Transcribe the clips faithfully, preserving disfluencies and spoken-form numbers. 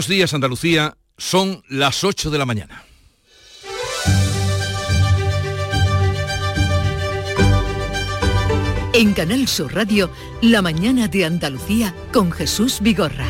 Buenos días, Andalucía, son las ocho de la mañana. En Canal Sur Radio, La mañana de Andalucía con Jesús Vigorra.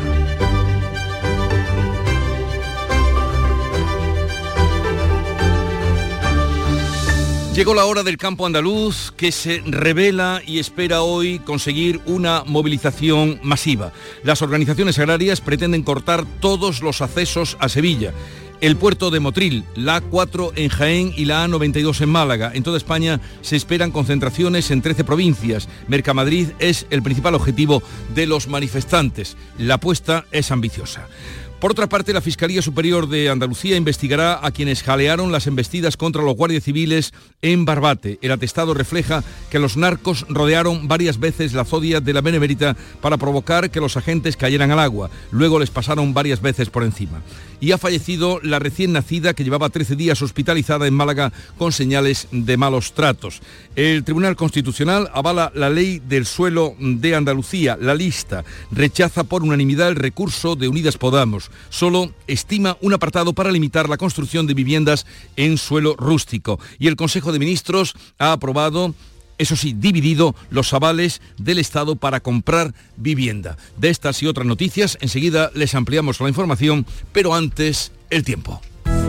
Llegó la hora del campo andaluz, que se revela y espera hoy conseguir una movilización masiva. Las organizaciones agrarias pretenden cortar todos los accesos a Sevilla. El puerto de Motril, la A cuatro en Jaén y la A noventa y dos en Málaga. En toda España se esperan concentraciones en trece provincias. Mercamadrid es el principal objetivo de los manifestantes. La apuesta es ambiciosa. Por otra parte, la Fiscalía Superior de Andalucía investigará a quienes jalearon las embestidas contra los guardias civiles en Barbate. El atestado refleja que los narcos rodearon varias veces la zodia de la Benemérita para provocar que los agentes cayeran al agua. Luego les pasaron varias veces por encima. Y ha fallecido la recién nacida que llevaba trece días hospitalizada en Málaga con señales de malos tratos. El Tribunal Constitucional avala la ley del suelo de Andalucía, la lista. Rechaza por unanimidad el recurso de Unidas Podemos. Solo estima un apartado para limitar la construcción de viviendas en suelo rústico. Y el Consejo de Ministros ha aprobado, eso sí, dividido, los avales del Estado para comprar vivienda. De estas y otras noticias, enseguida les ampliamos la información, pero antes, el tiempo.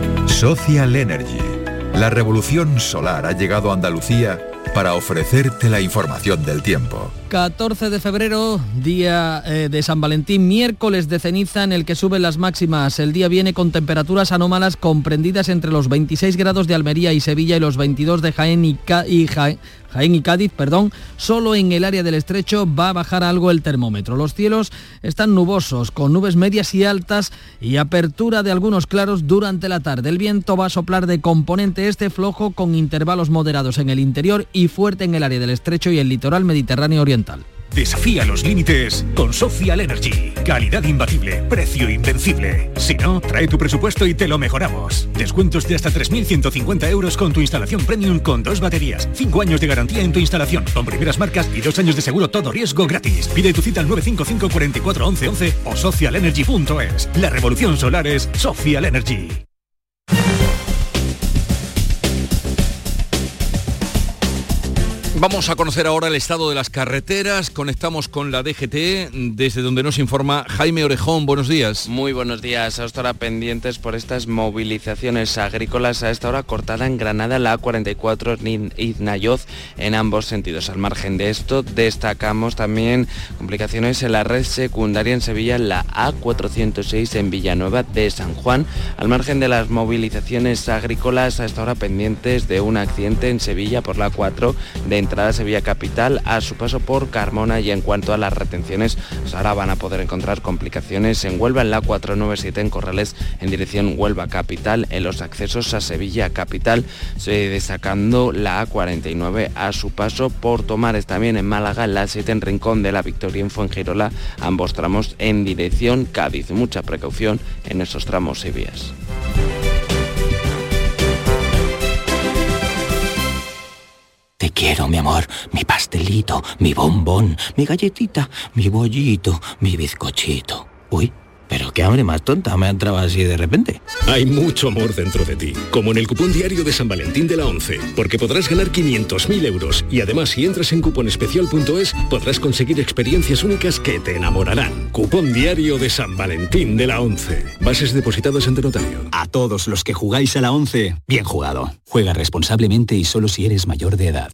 Social Energy. La revolución solar ha llegado a Andalucía para ofrecerte la información del tiempo. catorce de febrero, día eh, de San Valentín, miércoles de ceniza en el que suben las máximas. El día viene con temperaturas anómalas comprendidas entre los veintiséis grados de Almería y Sevilla y los veintidós de Jaén y, Ca- y Jaén. Jaén y Cádiz, perdón, solo en el área del Estrecho va a bajar algo el termómetro. Los cielos están nubosos, con nubes medias y altas y apertura de algunos claros durante la tarde. El viento va a soplar de componente este flojo con intervalos moderados en el interior y fuerte en el área del Estrecho y el litoral mediterráneo oriental. Desafía los límites con Social Energy. Calidad imbatible, precio invencible. Si no, trae tu presupuesto y te lo mejoramos. Descuentos de hasta tres mil ciento cincuenta euros con tu instalación premium con dos baterías. cinco años de garantía en tu instalación, con primeras marcas y dos años de seguro todo riesgo gratis. Pide tu cita al nueve cinco cinco, cuatro cuatro, once once o social energy punto es. La revolución solar es Social Energy. Vamos a conocer ahora el estado de las carreteras. Conectamos con la D G T, desde donde nos informa Jaime Orejón. Buenos días. Muy buenos días. A esta hora pendientes por estas movilizaciones agrícolas. A esta hora cortada en Granada la A cuarenta y cuatro en Iznayoz en ambos sentidos. Al margen de esto, destacamos también complicaciones en la red secundaria en Sevilla, la A cuatrocientos seis en Villanueva de San Juan. Al margen de las movilizaciones agrícolas, a esta hora pendientes de un accidente en Sevilla por la A cuatro de entrada a Sevilla Capital a su paso por Carmona. Y en cuanto a las retenciones, pues ahora van a poder encontrar complicaciones en Huelva en la cuatrocientos noventa y siete en Corrales en dirección Huelva Capital. En los accesos a Sevilla Capital, destacando la A cuarenta y nueve a su paso por Tomares. También en Málaga, en la A siete en Rincón de la Victoria en Fuengirola, ambos tramos en dirección Cádiz. Mucha precaución en esos tramos y vías. Te quiero, mi amor, mi pastelito, mi bombón, mi galletita, mi bollito, mi bizcochito. Uy, pero qué hambre más tonta me ha entrado así de repente. Hay mucho amor dentro de ti, como en el cupón diario de San Valentín de la ONCE, porque podrás ganar quinientos mil euros y además si entras en cuponespecial punto es podrás conseguir experiencias únicas que te enamorarán. Cupón diario de San Valentín de la ONCE. Bases depositadas ante notario. A todos los que jugáis a la ONCE, bien jugado. Juega responsablemente y solo si eres mayor de edad.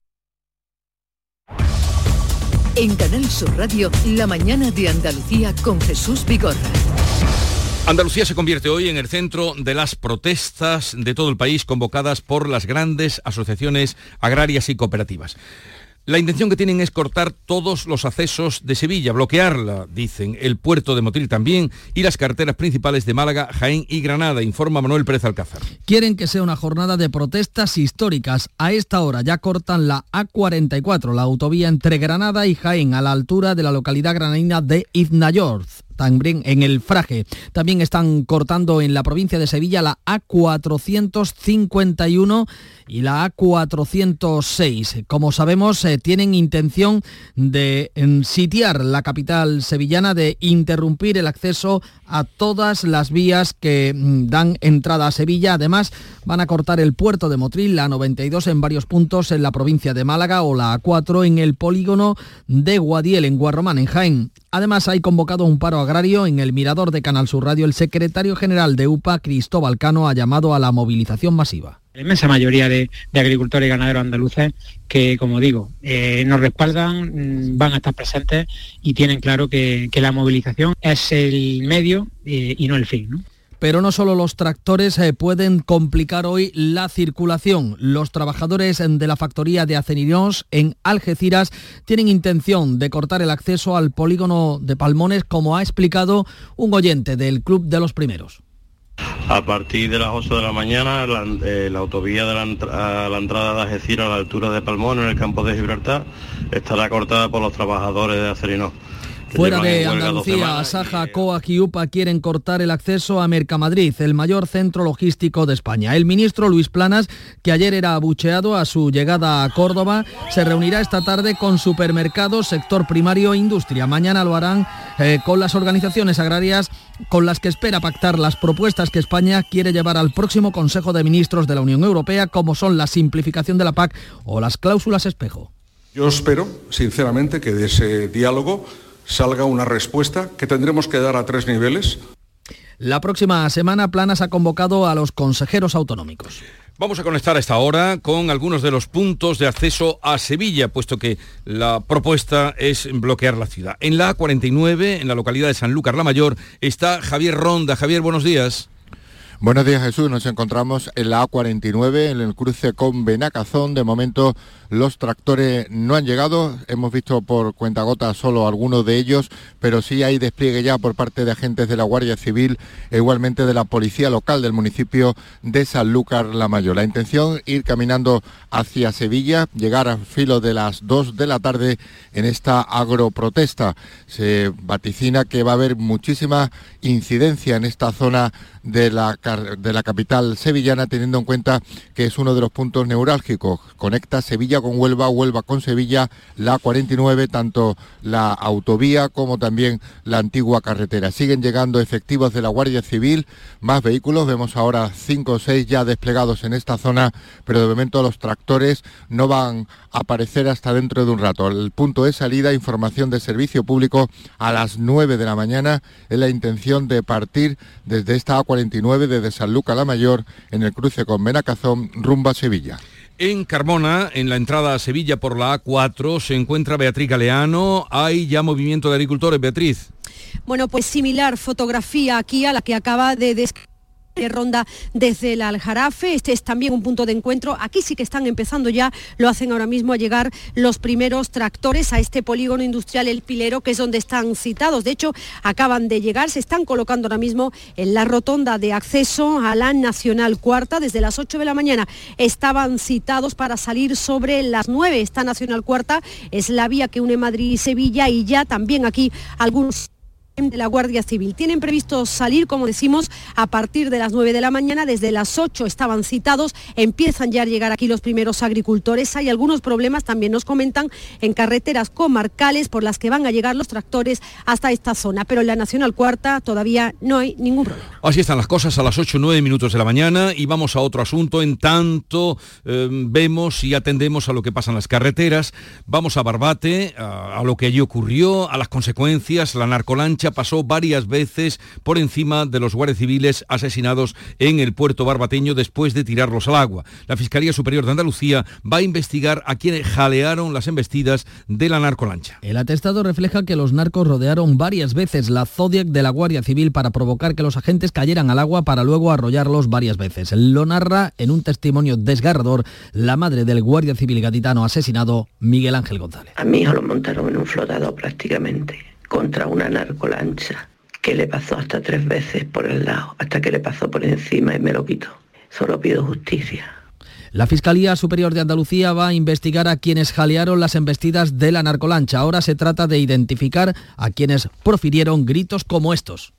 En Canal Sur Radio, La mañana de Andalucía con Jesús Vigorra. Andalucía se convierte hoy en el centro de las protestas de todo el país convocadas por las grandes asociaciones agrarias y cooperativas. La intención que tienen es cortar todos los accesos de Sevilla, bloquearla, dicen, el puerto de Motril también y las carreteras principales de Málaga, Jaén y Granada, informa Manuel Pérez Alcázar. Quieren que sea una jornada de protestas históricas. A esta hora ya cortan la A cuarenta y cuatro, la autovía entre Granada y Jaén, a la altura de la localidad granadina de Iznayoz. también en el Fraje. También están cortando en la provincia de Sevilla la A cuatrocientos cincuenta y uno y la A cuatrocientos seis. Como sabemos, eh, tienen intención de eh, sitiar la capital sevillana, de interrumpir el acceso a todas las vías que mm, dan entrada a Sevilla. Además, van a cortar el puerto de Motril, la noventa y dos en varios puntos en la provincia de Málaga, o la A cuatro en el polígono de Guadiel, en Guarromán, en Jaén. Además, hay convocado un paro agrario en el Mirador de Canal Sur Radio. El secretario general de U P A, Cristóbal Cano, ha llamado a la movilización masiva. La inmensa mayoría de, de agricultores y ganaderos andaluces que, como digo, eh, nos respaldan, van a estar presentes y tienen claro que, que la movilización es el medio eh, y no el fin, ¿no? Pero no solo los tractores eh, pueden complicar hoy la circulación. Los trabajadores de la factoría de Acerinos en Algeciras tienen intención de cortar el acceso al polígono de Palmones, como ha explicado un oyente del Club de los Primeros. A partir de las ocho de la mañana, la, eh, la autovía de la, entra, a la entrada de Algeciras, a la altura de Palmón, en el campo de Gibraltar, estará cortada por los trabajadores de Acerinos. Fuera de Andalucía, Asaja, COAG y U P A quieren cortar el acceso a Mercamadrid, el mayor centro logístico de España. El ministro Luis Planas, que ayer era abucheado a su llegada a Córdoba, se reunirá esta tarde con supermercados, sector primario e industria. Mañana lo harán eh, con las organizaciones agrarias, con las que espera pactar las propuestas que España quiere llevar al próximo Consejo de Ministros de la Unión Europea, como son la simplificación de la P A C o las cláusulas espejo. Yo espero, sinceramente, que de ese diálogo salga una respuesta que tendremos que dar a tres niveles. La próxima semana Planas ha convocado a los consejeros autonómicos. Vamos a conectar a esta hora con algunos de los puntos de acceso a Sevilla, puesto que la propuesta es bloquear la ciudad. En la A cuarenta y nueve, en la localidad de Sanlúcar la Mayor, está Javier Ronda. Javier, buenos días. Buenos días, Jesús. Nos encontramos en la A cuarenta y nueve, en el cruce con Benacazón. De momento los tractores no han llegado. Hemos visto por cuentagotas solo algunos de ellos, pero sí hay despliegue ya por parte de agentes de la Guardia Civil e igualmente de la Policía Local del municipio de Sanlúcar la Mayor. La intención, ir caminando hacia Sevilla, llegar al filo de las dos de la tarde en esta agroprotesta. Se vaticina que va a haber muchísima incidencia en esta zona de la, de la capital sevillana, teniendo en cuenta que es uno de los puntos neurálgicos. Conecta Sevilla con Huelva, Huelva con Sevilla, la A cuarenta y nueve, tanto la autovía como también la antigua carretera. Siguen llegando efectivos de la Guardia Civil, más vehículos, vemos ahora cinco o seis ya desplegados en esta zona, pero de momento los tractores no van a aparecer hasta dentro de un rato. El punto de salida, información de servicio público, a las nueve de la mañana, es la intención de partir desde esta A cuarenta y nueve, desde Sanlúcar la Mayor, en el cruce con Benacazón, rumbo a Sevilla. En Carmona, en la entrada a Sevilla por la A cuatro, se encuentra Beatriz Galeano. Hay ya movimiento de agricultores, Beatriz. Bueno, pues similar fotografía aquí a la que acaba de describir Ronda desde el Aljarafe. Este es también un punto de encuentro. Aquí sí que están empezando ya, lo hacen ahora mismo, a llegar los primeros tractores a este polígono industrial El Pilero, que es donde están citados. De hecho, acaban de llegar, se están colocando ahora mismo en la rotonda de acceso a la Nacional Cuarta. Desde las ocho de la mañana estaban citados para salir sobre las nueve. Esta Nacional Cuarta es la vía que une Madrid y Sevilla, y ya también aquí algunos de la Guardia Civil tienen previsto salir, como decimos, a partir de las nueve de la mañana. Desde las ocho estaban citados, empiezan ya a llegar aquí los primeros agricultores. Hay algunos problemas, también nos comentan, en carreteras comarcales por las que van a llegar los tractores hasta esta zona, pero en la Nacional Cuarta todavía no hay ningún problema. Así están las cosas a las ocho, nueve minutos de la mañana, y vamos a otro asunto. En tanto eh, vemos y atendemos a lo que pasa en las carreteras, vamos a Barbate, a, a lo que allí ocurrió, a las consecuencias. La narcolancha pasó varias veces por encima de los guardias civiles asesinados en el puerto barbateño después de tirarlos al agua. La Fiscalía Superior de Andalucía va a investigar a quienes jalearon las embestidas de la narcolancha. El atestado refleja que los narcos rodearon varias veces la Zodiac de la Guardia Civil para provocar que los agentes cayeran al agua para luego arrollarlos varias veces. Lo narra en un testimonio desgarrador la madre del guardia civil gaditano asesinado, Miguel Ángel González. A mi hijo lo montaron en un flotador prácticamente, contra una narcolancha, que le pasó hasta tres veces por el lado, hasta que le pasó por encima y me lo quitó. Solo pido justicia. La Fiscalía Superior de Andalucía va a investigar a quienes jalearon las embestidas de la narcolancha. Ahora se trata de identificar a quienes profirieron gritos como estos.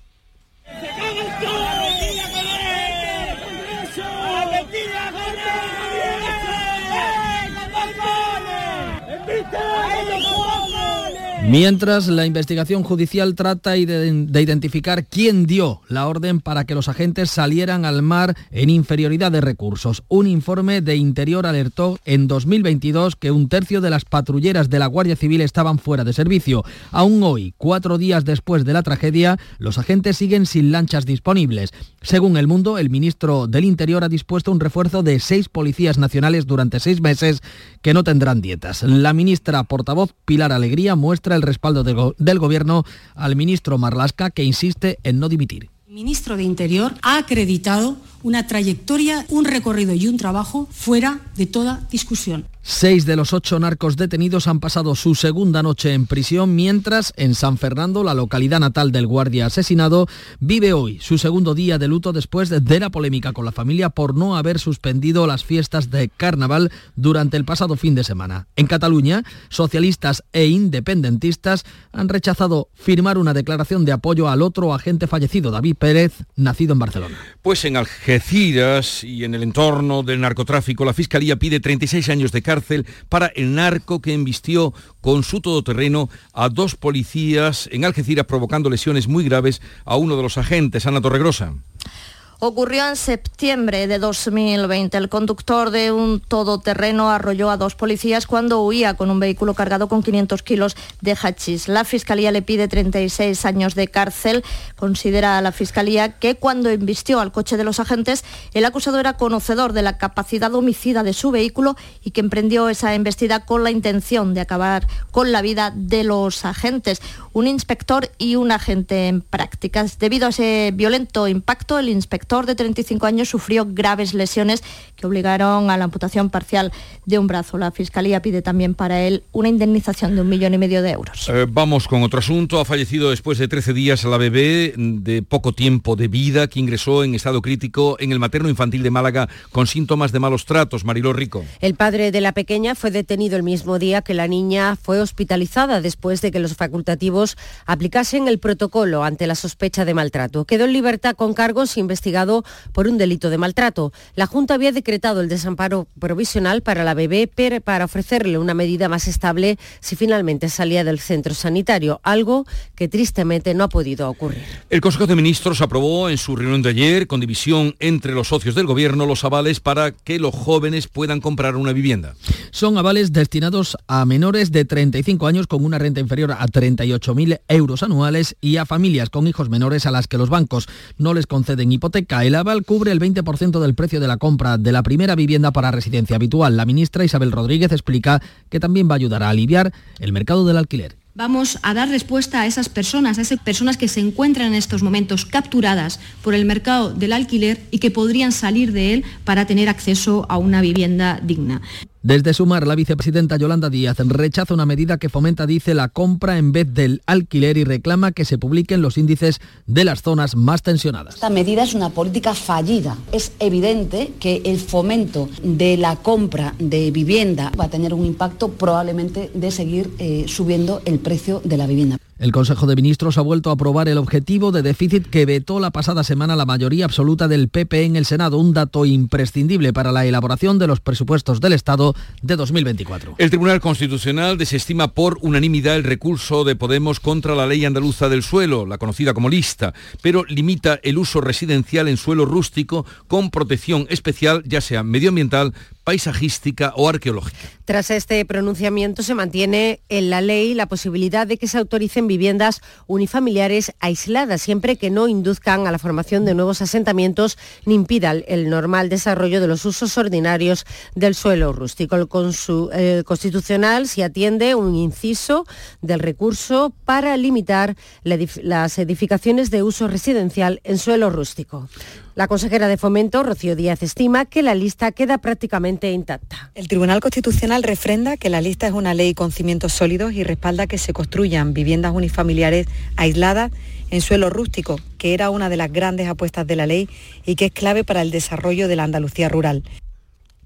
Mientras, la investigación judicial trata de, de identificar quién dio la orden para que los agentes salieran al mar en inferioridad de recursos. Un informe de Interior alertó en dos mil veintidós que un tercio de las patrulleras de la Guardia Civil estaban fuera de servicio. Aún hoy, cuatro días después de la tragedia, los agentes siguen sin lanchas disponibles. Según El Mundo, el ministro del Interior ha dispuesto un refuerzo de seis policías nacionales durante seis meses que no tendrán dietas. La ministra portavoz Pilar Alegría muestra el respaldo del, go- del Gobierno al ministro Marlaska, que insiste en no dimitir. El ministro de Interior ha acreditado una trayectoria, un recorrido y un trabajo fuera de toda discusión. Seis de los ocho narcos detenidos han pasado su segunda noche en prisión, mientras en San Fernando, la localidad natal del guardia asesinado, vive hoy su segundo día de luto después de la polémica con la familia por no haber suspendido las fiestas de carnaval durante el pasado fin de semana. En Cataluña, socialistas e independentistas han rechazado firmar una declaración de apoyo al otro agente fallecido, David Pérez, nacido en Barcelona. Pues en Algeciras y en el entorno del narcotráfico, la Fiscalía pide treinta y seis años de cárcel para el narco que embistió con su todoterreno a dos policías en Algeciras, provocando lesiones muy graves a uno de los agentes. Ana Torregrosa. Ocurrió en septiembre de dos mil veinte. El conductor de un todoterreno arrolló a dos policías cuando huía con un vehículo cargado con quinientos kilos de hachís. La Fiscalía le pide treinta y seis años de cárcel. Considera a la Fiscalía que cuando embistió al coche de los agentes, el acusado era conocedor de la capacidad homicida de su vehículo y que emprendió esa embestida con la intención de acabar con la vida de los agentes. Un inspector y un agente en prácticas. Debido a ese violento impacto, el inspector de treinta y cinco años sufrió graves lesiones que obligaron a la amputación parcial de un brazo. La Fiscalía pide también para él una indemnización de un millón y medio de euros. Eh, vamos con otro asunto. Ha fallecido después de trece días la bebé de poco tiempo de vida que ingresó en estado crítico en el materno infantil de Málaga con síntomas de malos tratos. Mariló Rico. El padre de la pequeña fue detenido el mismo día que la niña fue hospitalizada después de que los facultativos aplicasen el protocolo ante la sospecha de maltrato. Quedó en libertad con cargos investigados por un delito de maltrato. La Junta había decretado el desamparo provisional para la bebé para ofrecerle una medida más estable si finalmente salía del centro sanitario, algo que tristemente no ha podido ocurrir. El Consejo de Ministros aprobó en su reunión de ayer, con división entre los socios del Gobierno, los avales para que los jóvenes puedan comprar una vivienda. Son avales destinados a menores de treinta y cinco años con una renta inferior a treinta y ocho mil euros anuales y a familias con hijos menores a las que los bancos no les conceden hipoteca. El aval cubre el veinte por ciento del precio de la compra de la primera vivienda para residencia habitual. La ministra Isabel Rodríguez explica que también va a ayudar a aliviar el mercado del alquiler. Vamos a dar respuesta a esas personas, a esas personas que se encuentran en estos momentos capturadas por el mercado del alquiler y que podrían salir de él para tener acceso a una vivienda digna. Desde Sumar, la vicepresidenta Yolanda Díaz rechaza una medida que fomenta, dice, la compra en vez del alquiler y reclama que se publiquen los índices de las zonas más tensionadas. Esta medida es una política fallida. Es evidente que el fomento de la compra de vivienda va a tener un impacto probablemente de seguir eh, subiendo el precio de la vivienda. El Consejo de Ministros ha vuelto a aprobar el objetivo de déficit que vetó la pasada semana la mayoría absoluta del P P en el Senado, un dato imprescindible para la elaboración de los presupuestos del Estado de dos mil veinticuatro. El Tribunal Constitucional desestima por unanimidad el recurso de Podemos contra la ley andaluza del suelo, la conocida como lista, pero limita el uso residencial en suelo rústico con protección especial, ya sea medioambiental, paisajística o arqueológica. Tras este pronunciamiento se mantiene en la ley la posibilidad de que se autoricen viviendas unifamiliares aisladas, siempre que no induzcan a la formación de nuevos asentamientos ni impidan el normal desarrollo de los usos ordinarios del suelo rústico. El, consu, el Constitucional se atiende un inciso del recurso para limitar la edif- las edificaciones de uso residencial en suelo rústico. La consejera de Fomento, Rocío Díaz, estima que la lista queda prácticamente intacta. El Tribunal Constitucional refrenda que la lista es una ley con cimientos sólidos y respalda que se construyan viviendas unifamiliares aisladas en suelo rústico, que era una de las grandes apuestas de la ley y que es clave para el desarrollo de la Andalucía rural.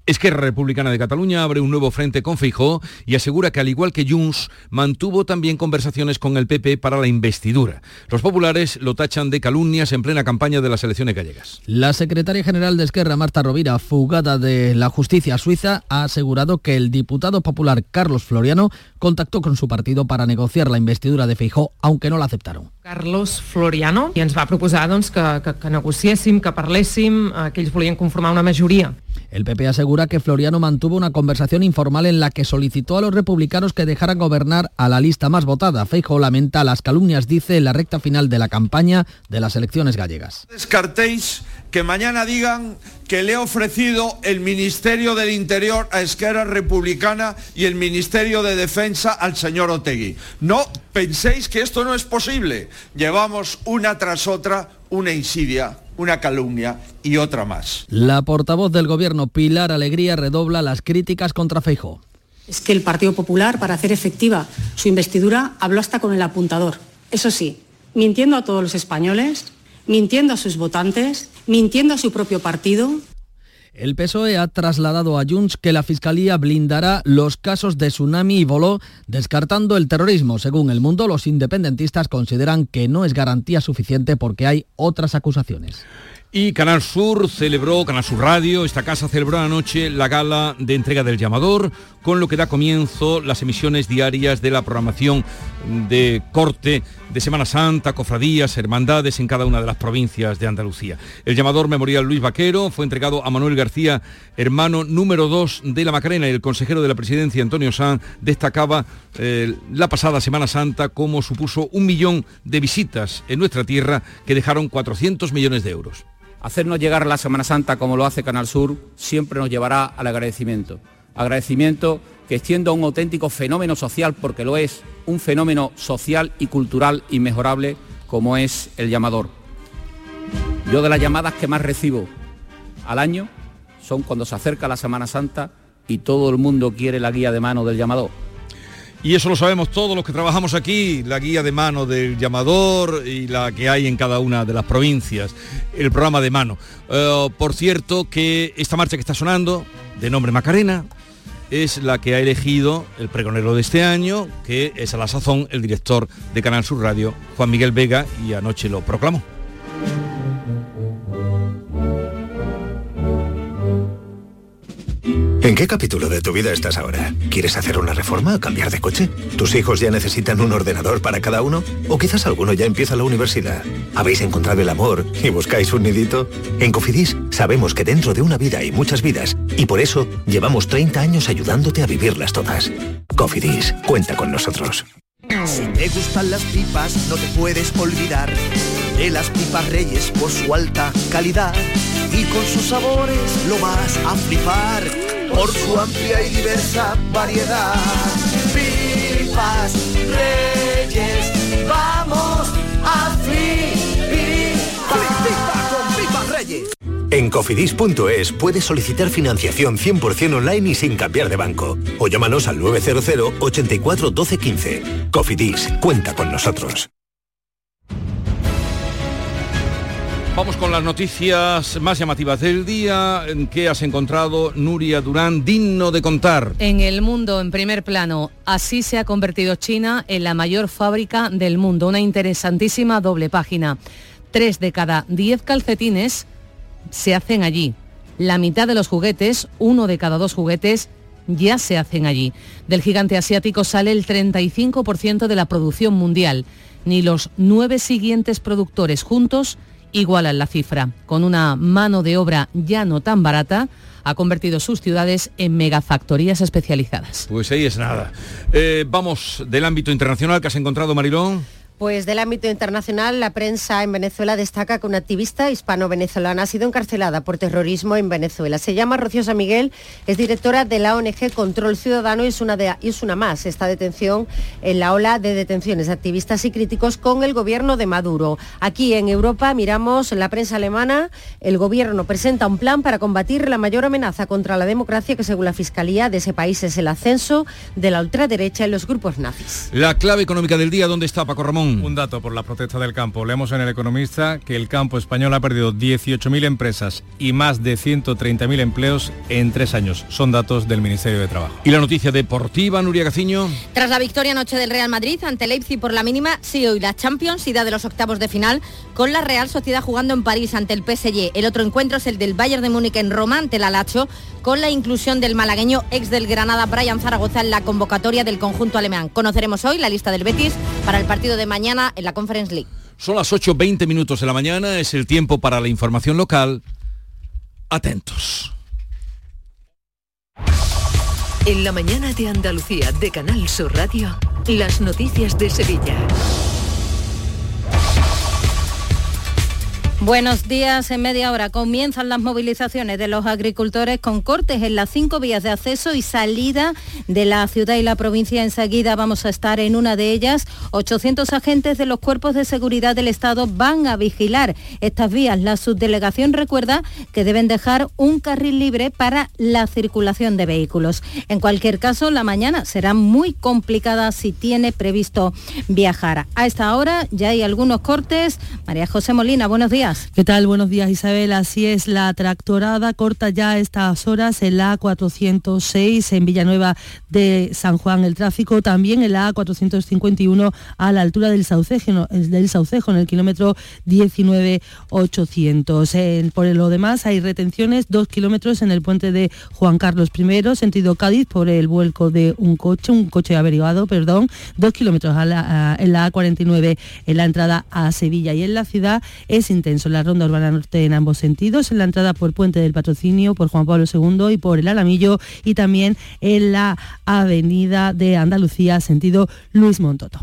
Esquerra Republicana de Cataluña abre un nuevo frente con Feijóo y asegura que, al igual que Junts, mantuvo también conversaciones con el P P para la investidura. Los populares lo tachan de calumnias en plena campaña de las elecciones gallegas. La secretaria general de Esquerra, Marta Rovira, fugada de la justicia suiza, ha asegurado que el diputado popular Carlos Floriano contactó con su partido para negociar la investidura de Feijóo, aunque no la aceptaron. Carlos Floriano i ens va proposar doncs, que, que, que negociéssim, que parléssim, eh, que ells volien conformar una majoria. El P P asegura que Floriano mantuvo una conversación informal en la que solicitó a los republicanos que dejaran gobernar a la lista más votada. Feijóo lamenta las calumnias, dice, en la recta final de la campaña de las elecciones gallegas. Descartéis que mañana digan que le he ofrecido el Ministerio del Interior a Esquerra Republicana y el Ministerio de Defensa al señor Otegi. No penséis que esto no es posible. Llevamos una tras otra una insidia, una calumnia y otra más. La portavoz del Gobierno, Pilar Alegría, redobla las críticas contra Feijóo. Es que el Partido Popular, para hacer efectiva su investidura, habló hasta con el apuntador. Eso sí, mintiendo a todos los españoles, mintiendo a sus votantes, mintiendo a su propio partido. El P S O E ha trasladado a Junts que la Fiscalía blindará los casos de Tsunami y Voló, descartando el terrorismo. Según El Mundo, los independentistas consideran que no es garantía suficiente porque hay otras acusaciones. Y Canal Sur celebró, Canal Sur Radio, esta casa celebró anoche la gala de entrega del llamador, con lo que da comienzo las emisiones diarias de la programación de corte de Semana Santa, cofradías, hermandades en cada una de las provincias de Andalucía. El llamador memorial Luis Vaquero fue entregado a Manuel García, hermano número dos de la Macarena, y el consejero de la Presidencia, Antonio Sanz, destacaba eh, la pasada Semana Santa como supuso un millón de visitas en nuestra tierra que dejaron cuatrocientos millones de euros. Hacernos llegar a la Semana Santa como lo hace Canal Sur siempre nos llevará al agradecimiento. Agradecimiento que extiendo a un auténtico fenómeno social, porque lo es, un fenómeno social y cultural inmejorable como es el llamador. Yo de las llamadas que más recibo al año son cuando se acerca la Semana Santa y todo el mundo quiere la guía de mano del llamador. Y eso lo sabemos todos los que trabajamos aquí, la guía de mano del llamador y la que hay en cada una de las provincias, el programa de mano. Uh, por cierto, que esta marcha que está sonando, de nombre Macarena, es la que ha elegido el pregonero de este año, que es a la sazón el director de Canal Sur Radio, Juan Miguel Vega, y anoche lo proclamó. ¿En qué capítulo de tu vida estás ahora? ¿Quieres hacer una reforma o cambiar de coche? ¿Tus hijos ya necesitan un ordenador para cada uno? ¿O quizás alguno ya empieza la universidad? ¿Habéis encontrado el amor y buscáis un nidito? En Cofidis sabemos que dentro de una vida hay muchas vidas y por eso llevamos treinta años ayudándote a vivirlas todas. Cofidis, cuenta con nosotros. Si te gustan las pipas, no te puedes olvidar de las pipas Reyes por su alta calidad y con sus sabores lo vas a flipar por su amplia y diversa variedad. Pipas Reyes, vamos a flipar. Flipa con Pipas Reyes. En cofidis punto es puedes solicitar financiación cien por ciento online y sin cambiar de banco. O llámanos al nueve cero cero, ochenta y cuatro, doce, quince. Cofidis, cuenta con nosotros. Vamos con las noticias más llamativas del día. ¿Qué has encontrado, Nuria Durán, digno de contar? En El Mundo, en primer plano, así se ha convertido China en la mayor fábrica del mundo. Una interesantísima doble página. Tres de cada diez calcetines se hacen allí. La mitad de los juguetes, uno de cada dos juguetes, ya se hacen allí. Del gigante asiático sale el treinta y cinco por ciento de la producción mundial. Ni los nueve siguientes productores juntos igualan la cifra. Con una mano de obra ya no tan barata, ha convertido sus ciudades en megafactorías especializadas. Pues ahí es nada. Eh, vamos del ámbito internacional. ¿Qué has encontrado, Marilón? Pues del ámbito internacional, la prensa en Venezuela destaca que una activista hispano-venezolana ha sido encarcelada por terrorismo en Venezuela. Se llama Rocío San Miguel, es directora de la O N G Control Ciudadano y es una, de, y es una más esta detención en la ola de detenciones de activistas y críticos con el gobierno de Maduro. Aquí en Europa miramos la prensa alemana, el gobierno presenta un plan para combatir la mayor amenaza contra la democracia que según la Fiscalía de ese país es el ascenso de la ultraderecha y los grupos nazis. La clave económica del día, ¿dónde está, Paco Ramón? Ramón. Un dato por la protesta del campo. Leemos en El Economista que el campo español ha perdido dieciocho mil empresas y más de ciento treinta mil empleos en tres años. Son datos del Ministerio de Trabajo. ¿Y la noticia deportiva, Nuria Gaciño? Tras la victoria anoche del Real Madrid ante Leipzig por la mínima, sigue hoy la Champions, ida de los octavos de final, con la Real Sociedad jugando en París ante el P S G. El otro encuentro es el del Bayern de Múnich en Roma ante el Lazio, con la inclusión del malagueño ex del Granada Brian Zaragoza en la convocatoria del conjunto alemán. Conoceremos hoy la lista del Betis para el partido de mañana en la Conference League. Son las ocho veinte minutos de la mañana, es el tiempo para la información local. Atentos. En la mañana de Andalucía de Canal Sur Radio, las noticias de Sevilla. Buenos días. En media hora comienzan las movilizaciones de los agricultores con cortes en las cinco vías de acceso y salida de la ciudad y la provincia. Enseguida vamos a estar en una de ellas. ochocientos agentes de los cuerpos de seguridad del Estado van a vigilar estas vías. La subdelegación recuerda que deben dejar un carril libre para la circulación de vehículos. En cualquier caso, la mañana será muy complicada si tiene previsto viajar. A esta hora ya hay algunos cortes. María José Molina, buenos días. ¿Qué tal? Buenos días, Isabel. Así es, la tractorada corta ya a estas horas en la A cuatrocientos seis en Villanueva de San Juan. El tráfico también en la A cuatrocientos cincuenta y uno a la altura del Saucejo, del Saucejo en el kilómetro diecinueve ochocientos. Eh, por lo demás hay retenciones, dos kilómetros en el puente de Juan Carlos primero, sentido Cádiz, por el vuelco de un coche, un coche averiado, perdón, dos kilómetros a la, a, en la A cuarenta y nueve en la entrada a Sevilla. Y en la ciudad es intenso la ronda urbana norte en ambos sentidos, en la entrada por Puente del Patrocinio, por Juan Pablo segundo y por el Alamillo, y también en la avenida de Andalucía, sentido Luis Montoto.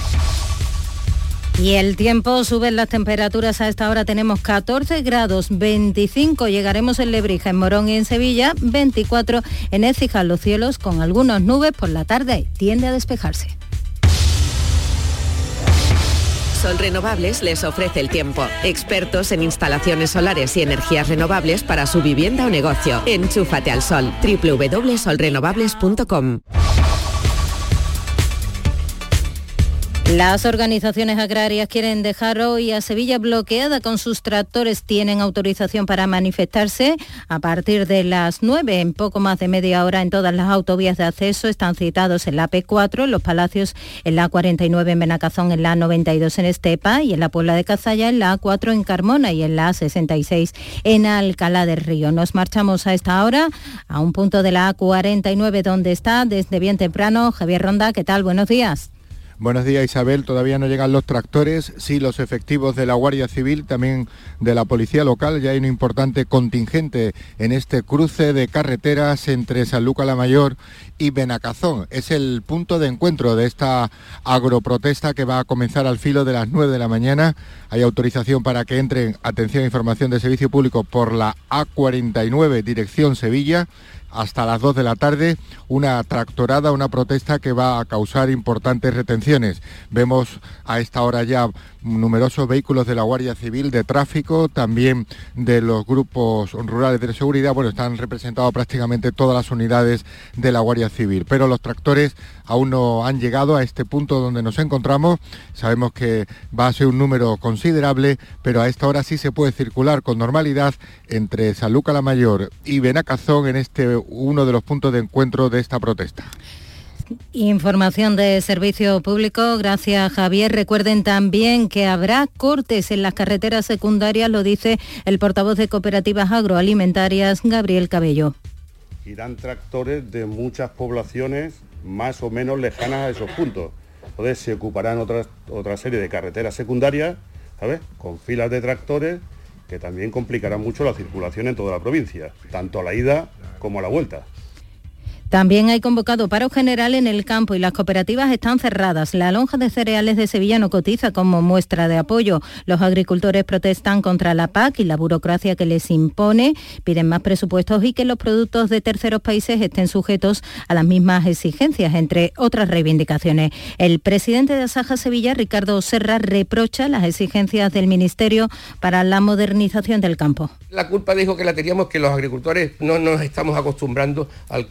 Y el tiempo, suben las temperaturas. A esta hora tenemos catorce grados, veinticinco llegaremos en Lebrija, en Morón y en Sevilla, veinticuatro en Écija. Los cielos con algunas nubes por la tarde, tiende a despejarse. Sol Renovables les ofrece el tiempo. Expertos en instalaciones solares y energías renovables para su vivienda o negocio. Enchúfate al sol. doble u doble u doble u punto sol renovables punto com. Las organizaciones agrarias quieren dejar hoy a Sevilla bloqueada con sus tractores. Tienen autorización para manifestarse a partir de las nueve, en poco más de media hora, en todas las autovías de acceso. Están citados en la A P cuatro, en Los Palacios, en la A cuarenta y nueve en Benacazón, en la A noventa y dos en Estepa y en la Puebla de Cazalla, en la A cuatro en Carmona y en la A sesenta y seis en Alcalá del Río. Nos marchamos a esta hora a un punto de la A cuarenta y nueve donde está desde bien temprano Javier Ronda. ¿Qué tal? Buenos días. Buenos días, Isabel. Todavía no llegan los tractores, sí los efectivos de la Guardia Civil, también de la Policía Local. Ya hay un importante contingente en este cruce de carreteras entre Sanlúcar la Mayor y Benacazón. Es el punto de encuentro de esta agroprotesta que va a comenzar al filo de las nueve de la mañana. Hay autorización para que entren, atención, información de servicio público, por la A cuarenta y nueve, dirección Sevilla, hasta las dos de la tarde, una tractorada, una protesta que va a causar importantes retenciones. Vemos a esta hora ya numerosos vehículos de la Guardia Civil, de tráfico, también de los grupos rurales de seguridad. Bueno, están representados prácticamente todas las unidades de la Guardia Civil, pero los tractores aún no han llegado a este punto donde nos encontramos. Sabemos que va a ser un número considerable, pero a esta hora sí se puede circular con normalidad entre Sanlúcar la Mayor y Benacazón, en este uno de los puntos de encuentro de esta protesta. Información de servicio público, gracias Javier. Recuerden también que habrá cortes en las carreteras secundarias, lo dice el portavoz de Cooperativas Agroalimentarias, Gabriel Cabello. Irán tractores de muchas poblaciones más o menos lejanas a esos puntos. Entonces se ocuparán otras, otra serie de carreteras secundarias, ¿sabes?, con filas de tractores que también complicarán mucho la circulación en toda la provincia, tanto a la ida como a la vuelta. También hay convocado paro general en el campo y las cooperativas están cerradas. La lonja de cereales de Sevilla no cotiza como muestra de apoyo. Los agricultores protestan contra la P A C y la burocracia que les impone, piden más presupuestos y que los productos de terceros países estén sujetos a las mismas exigencias, entre otras reivindicaciones. El presidente de Asaja Sevilla, Ricardo Serra, reprocha las exigencias del Ministerio para la modernización del campo. La culpa, dijo, que la teníamos que los agricultores no nos estamos acostumbrando al cambio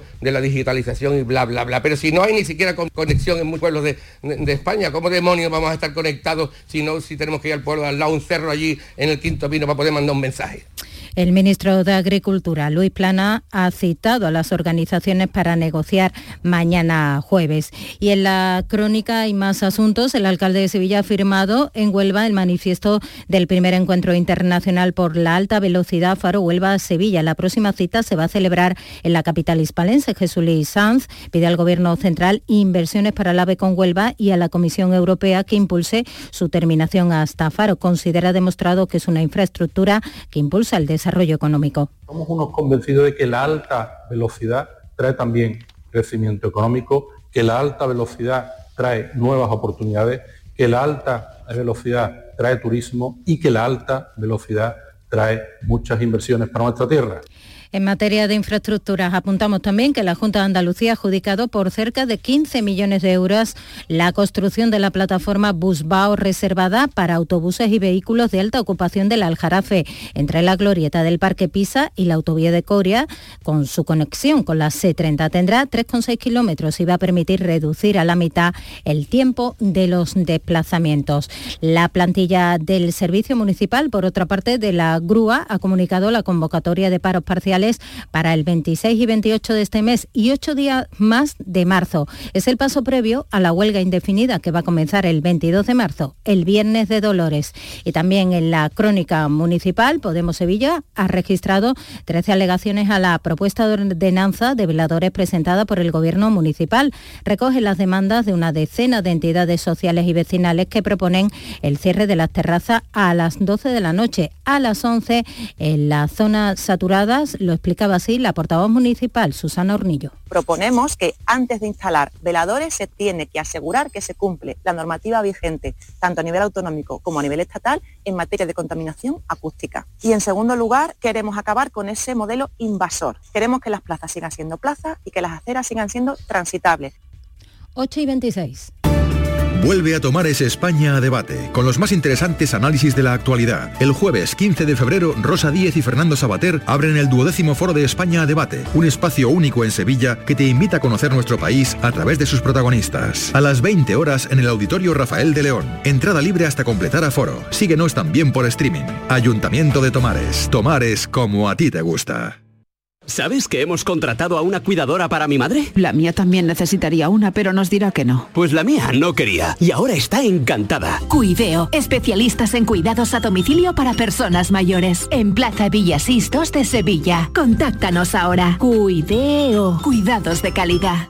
de la digitalización y bla, bla, bla. Pero si no hay ni siquiera conexión en muchos pueblos de, de, de España, ¿cómo demonios vamos a estar conectados si no, si tenemos que ir al pueblo de al lado, un cerro allí en el Quinto Pino para poder mandar un mensaje? El ministro de Agricultura, Luis Plana, ha citado a las organizaciones para negociar mañana jueves. Y en la crónica hay más asuntos. El alcalde de Sevilla ha firmado en Huelva el manifiesto del primer encuentro internacional por la alta velocidad Faro-Huelva-Sevilla. La próxima cita se va a celebrar en la capital hispalense. Jesús Luis Sanz pide al Gobierno central inversiones para el AVE con Huelva y a la Comisión Europea que impulse su terminación hasta Faro. Considera demostrado que es una infraestructura que impulsa el desarrollo desarrollo económico. Somos unos convencidos de que la alta velocidad trae también crecimiento económico, que la alta velocidad trae nuevas oportunidades, que la alta velocidad trae turismo y que la alta velocidad trae muchas inversiones para nuestra tierra. En materia de infraestructuras, apuntamos también que la Junta de Andalucía ha adjudicado por cerca de quince millones de euros la construcción de la plataforma Busbao reservada para autobuses y vehículos de alta ocupación del Aljarafe, entre la glorieta del Parque Pisa y la autovía de Coria, con su conexión con la C treinta. Tendrá tres coma seis kilómetros y va a permitir reducir a la mitad el tiempo de los desplazamientos. La plantilla del Servicio Municipal, por otra parte, de la grúa, ha comunicado la convocatoria de paros parciales para el veintiséis y veintiocho de este mes y ocho días más de marzo. Es el paso previo a la huelga indefinida que va a comenzar el veintidós de marzo, el Viernes de Dolores. Y también en la crónica municipal, Podemos Sevilla ha registrado trece alegaciones a la propuesta de ordenanza de veladores presentada por el Gobierno municipal. Recoge las demandas de una decena de entidades sociales y vecinales que proponen el cierre de las terrazas a las doce de la noche, a las once en las zonas saturadas. Lo explicaba así la portavoz municipal, Susana Hornillo. Proponemos que antes de instalar veladores se tiene que asegurar que se cumple la normativa vigente, tanto a nivel autonómico como a nivel estatal, en materia de contaminación acústica. Y en segundo lugar, queremos acabar con ese modelo invasor. Queremos que las plazas sigan siendo plazas y que las aceras sigan siendo transitables. ocho y veintiséis. Vuelve a Tomares España a debate, con los más interesantes análisis de la actualidad. El jueves quince de febrero, Rosa Díez y Fernando Sabater abren el duodécimo Foro de España a debate, un espacio único en Sevilla que te invita a conocer nuestro país a través de sus protagonistas. A las veinte horas en el Auditorio Rafael de León. Entrada libre hasta completar aforo. Síguenos también por streaming. Ayuntamiento de Tomares. Tomares como a ti te gusta. ¿Sabes que hemos contratado a una cuidadora para mi madre? La mía también necesitaría una, pero nos dirá que no. Pues la mía no quería y ahora está encantada. Cuideo, especialistas en cuidados a domicilio para personas mayores. En Plaza Villasís dos de Sevilla. Contáctanos ahora. Cuideo, cuidados de calidad.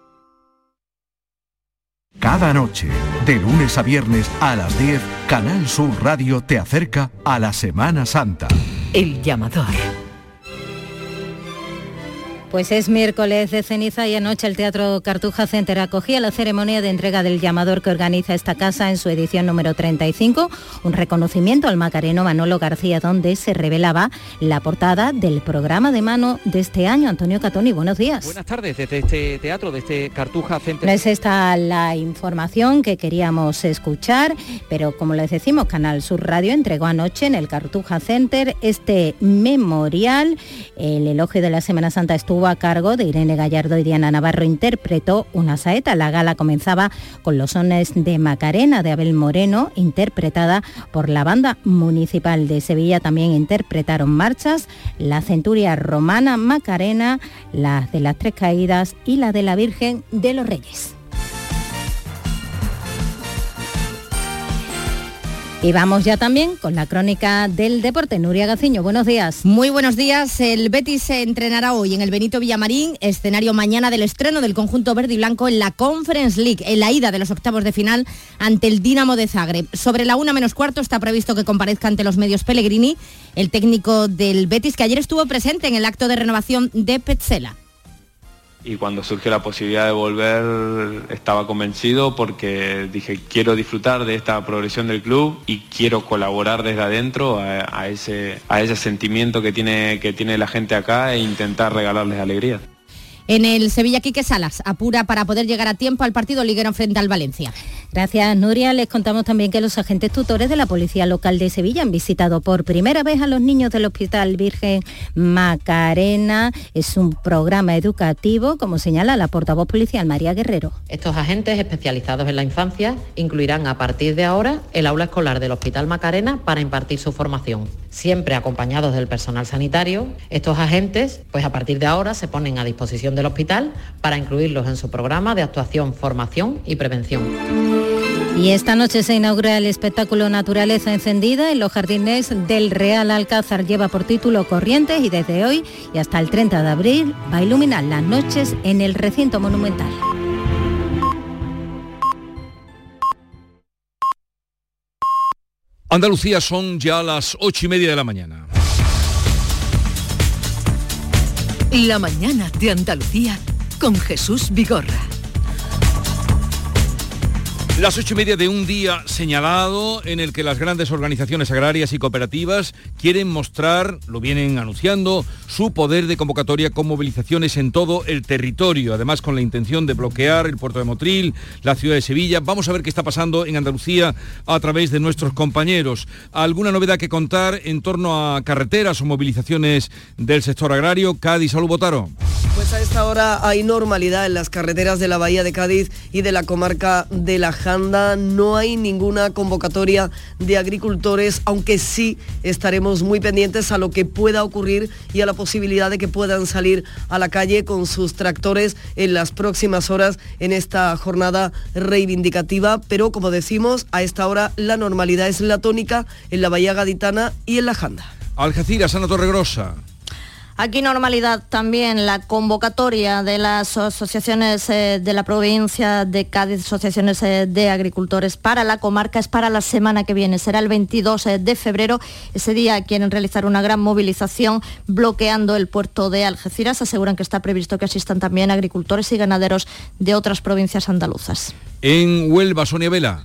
Cada noche, de lunes a viernes a las diez, Canal Sur Radio te acerca a la Semana Santa. El llamador. Pues es miércoles de ceniza y anoche el Teatro Cartuja Center acogía la ceremonia de entrega del llamador que organiza esta casa en su edición número treinta y cinco, un reconocimiento al macareno Manolo García, donde se revelaba la portada del programa de mano de este año. Antonio Catoni, buenos días. Buenas tardes desde este teatro, de este Cartuja Center. No es esta la información que queríamos escuchar, pero como les decimos, Canal Sur Radio entregó anoche en el Cartuja Center este memorial. El elogio de la Semana Santa estuvo a cargo de Irene Gallardo y Diana Navarro. Interpretó una saeta. La gala comenzaba con los sones de Macarena de Abel Moreno, interpretada por la Banda Municipal de Sevilla. También interpretaron marchas, la Centuria Romana, Macarena, las de las Tres Caídas y la de la Virgen de los Reyes. Y vamos ya también con la crónica del deporte. Nuria Gaciño, buenos días. Muy buenos días. El Betis se entrenará hoy en el Benito Villamarín, escenario mañana del estreno del conjunto verde y blanco en la Conference League, en la ida de los octavos de final ante el Dinamo de Zagreb. Sobre la una menos cuarto está previsto que comparezca ante los medios Pellegrini, el técnico del Betis, que ayer estuvo presente en el acto de renovación de Petzela. Y cuando surgió la posibilidad de volver estaba convencido porque dije quiero disfrutar de esta progresión del club y quiero colaborar desde adentro a, a, ese, a ese sentimiento que tiene, que tiene la gente acá e intentar regalarles alegría. En el Sevilla, Quique Salas apura para poder llegar a tiempo al partido liguero frente al Valencia. Gracias, Nuria. Les contamos también que los agentes tutores de la Policía Local de Sevilla han visitado por primera vez a los niños del Hospital Virgen Macarena. Es un programa educativo, como señala la portavoz policial María Guerrero. Estos agentes especializados en la infancia incluirán a partir de ahora el aula escolar del Hospital Macarena para impartir su formación. Siempre acompañados del personal sanitario, estos agentes, pues a partir de ahora se ponen a disposición del hospital para incluirlos en su programa de actuación, formación y prevención. Y esta noche se inaugura el espectáculo Naturaleza Encendida en los jardines del Real Alcázar. Lleva por título Corrientes y desde hoy y hasta el treinta de abril va a iluminar las noches en el recinto monumental. Andalucía, son ya las ocho y media de la mañana. La mañana de Andalucía con Jesús Vigorra. Las ocho y media de un día señalado en el que las grandes organizaciones agrarias y cooperativas quieren mostrar, lo vienen anunciando, su poder de convocatoria con movilizaciones en todo el territorio, además con la intención de bloquear el puerto de Motril, la ciudad de Sevilla. Vamos a ver qué está pasando en Andalucía a través de nuestros compañeros. ¿Alguna novedad que contar en torno a carreteras o movilizaciones del sector agrario? Cádiz, Salud Botaro. Pues a esta hora hay normalidad en las carreteras de la Bahía de Cádiz y de la comarca de La Janda. No hay ninguna convocatoria de agricultores, aunque sí estaremos muy pendientes a lo que pueda ocurrir y a la posibilidad de que puedan salir a la calle con sus tractores en las próximas horas en esta jornada reivindicativa. Pero como decimos, a esta hora la normalidad es la tónica en la Bahía Gaditana y en La Janda. Algeciras, Ana Torregrosa. Aquí normalidad también, la convocatoria de las asociaciones eh, de la provincia de Cádiz, asociaciones eh, de agricultores para la comarca es para la semana que viene, será el veintidós de febrero, ese día quieren realizar una gran movilización bloqueando el puerto de Algeciras, aseguran que está previsto que asistan también agricultores y ganaderos de otras provincias andaluzas. En Huelva, Sonia Vela.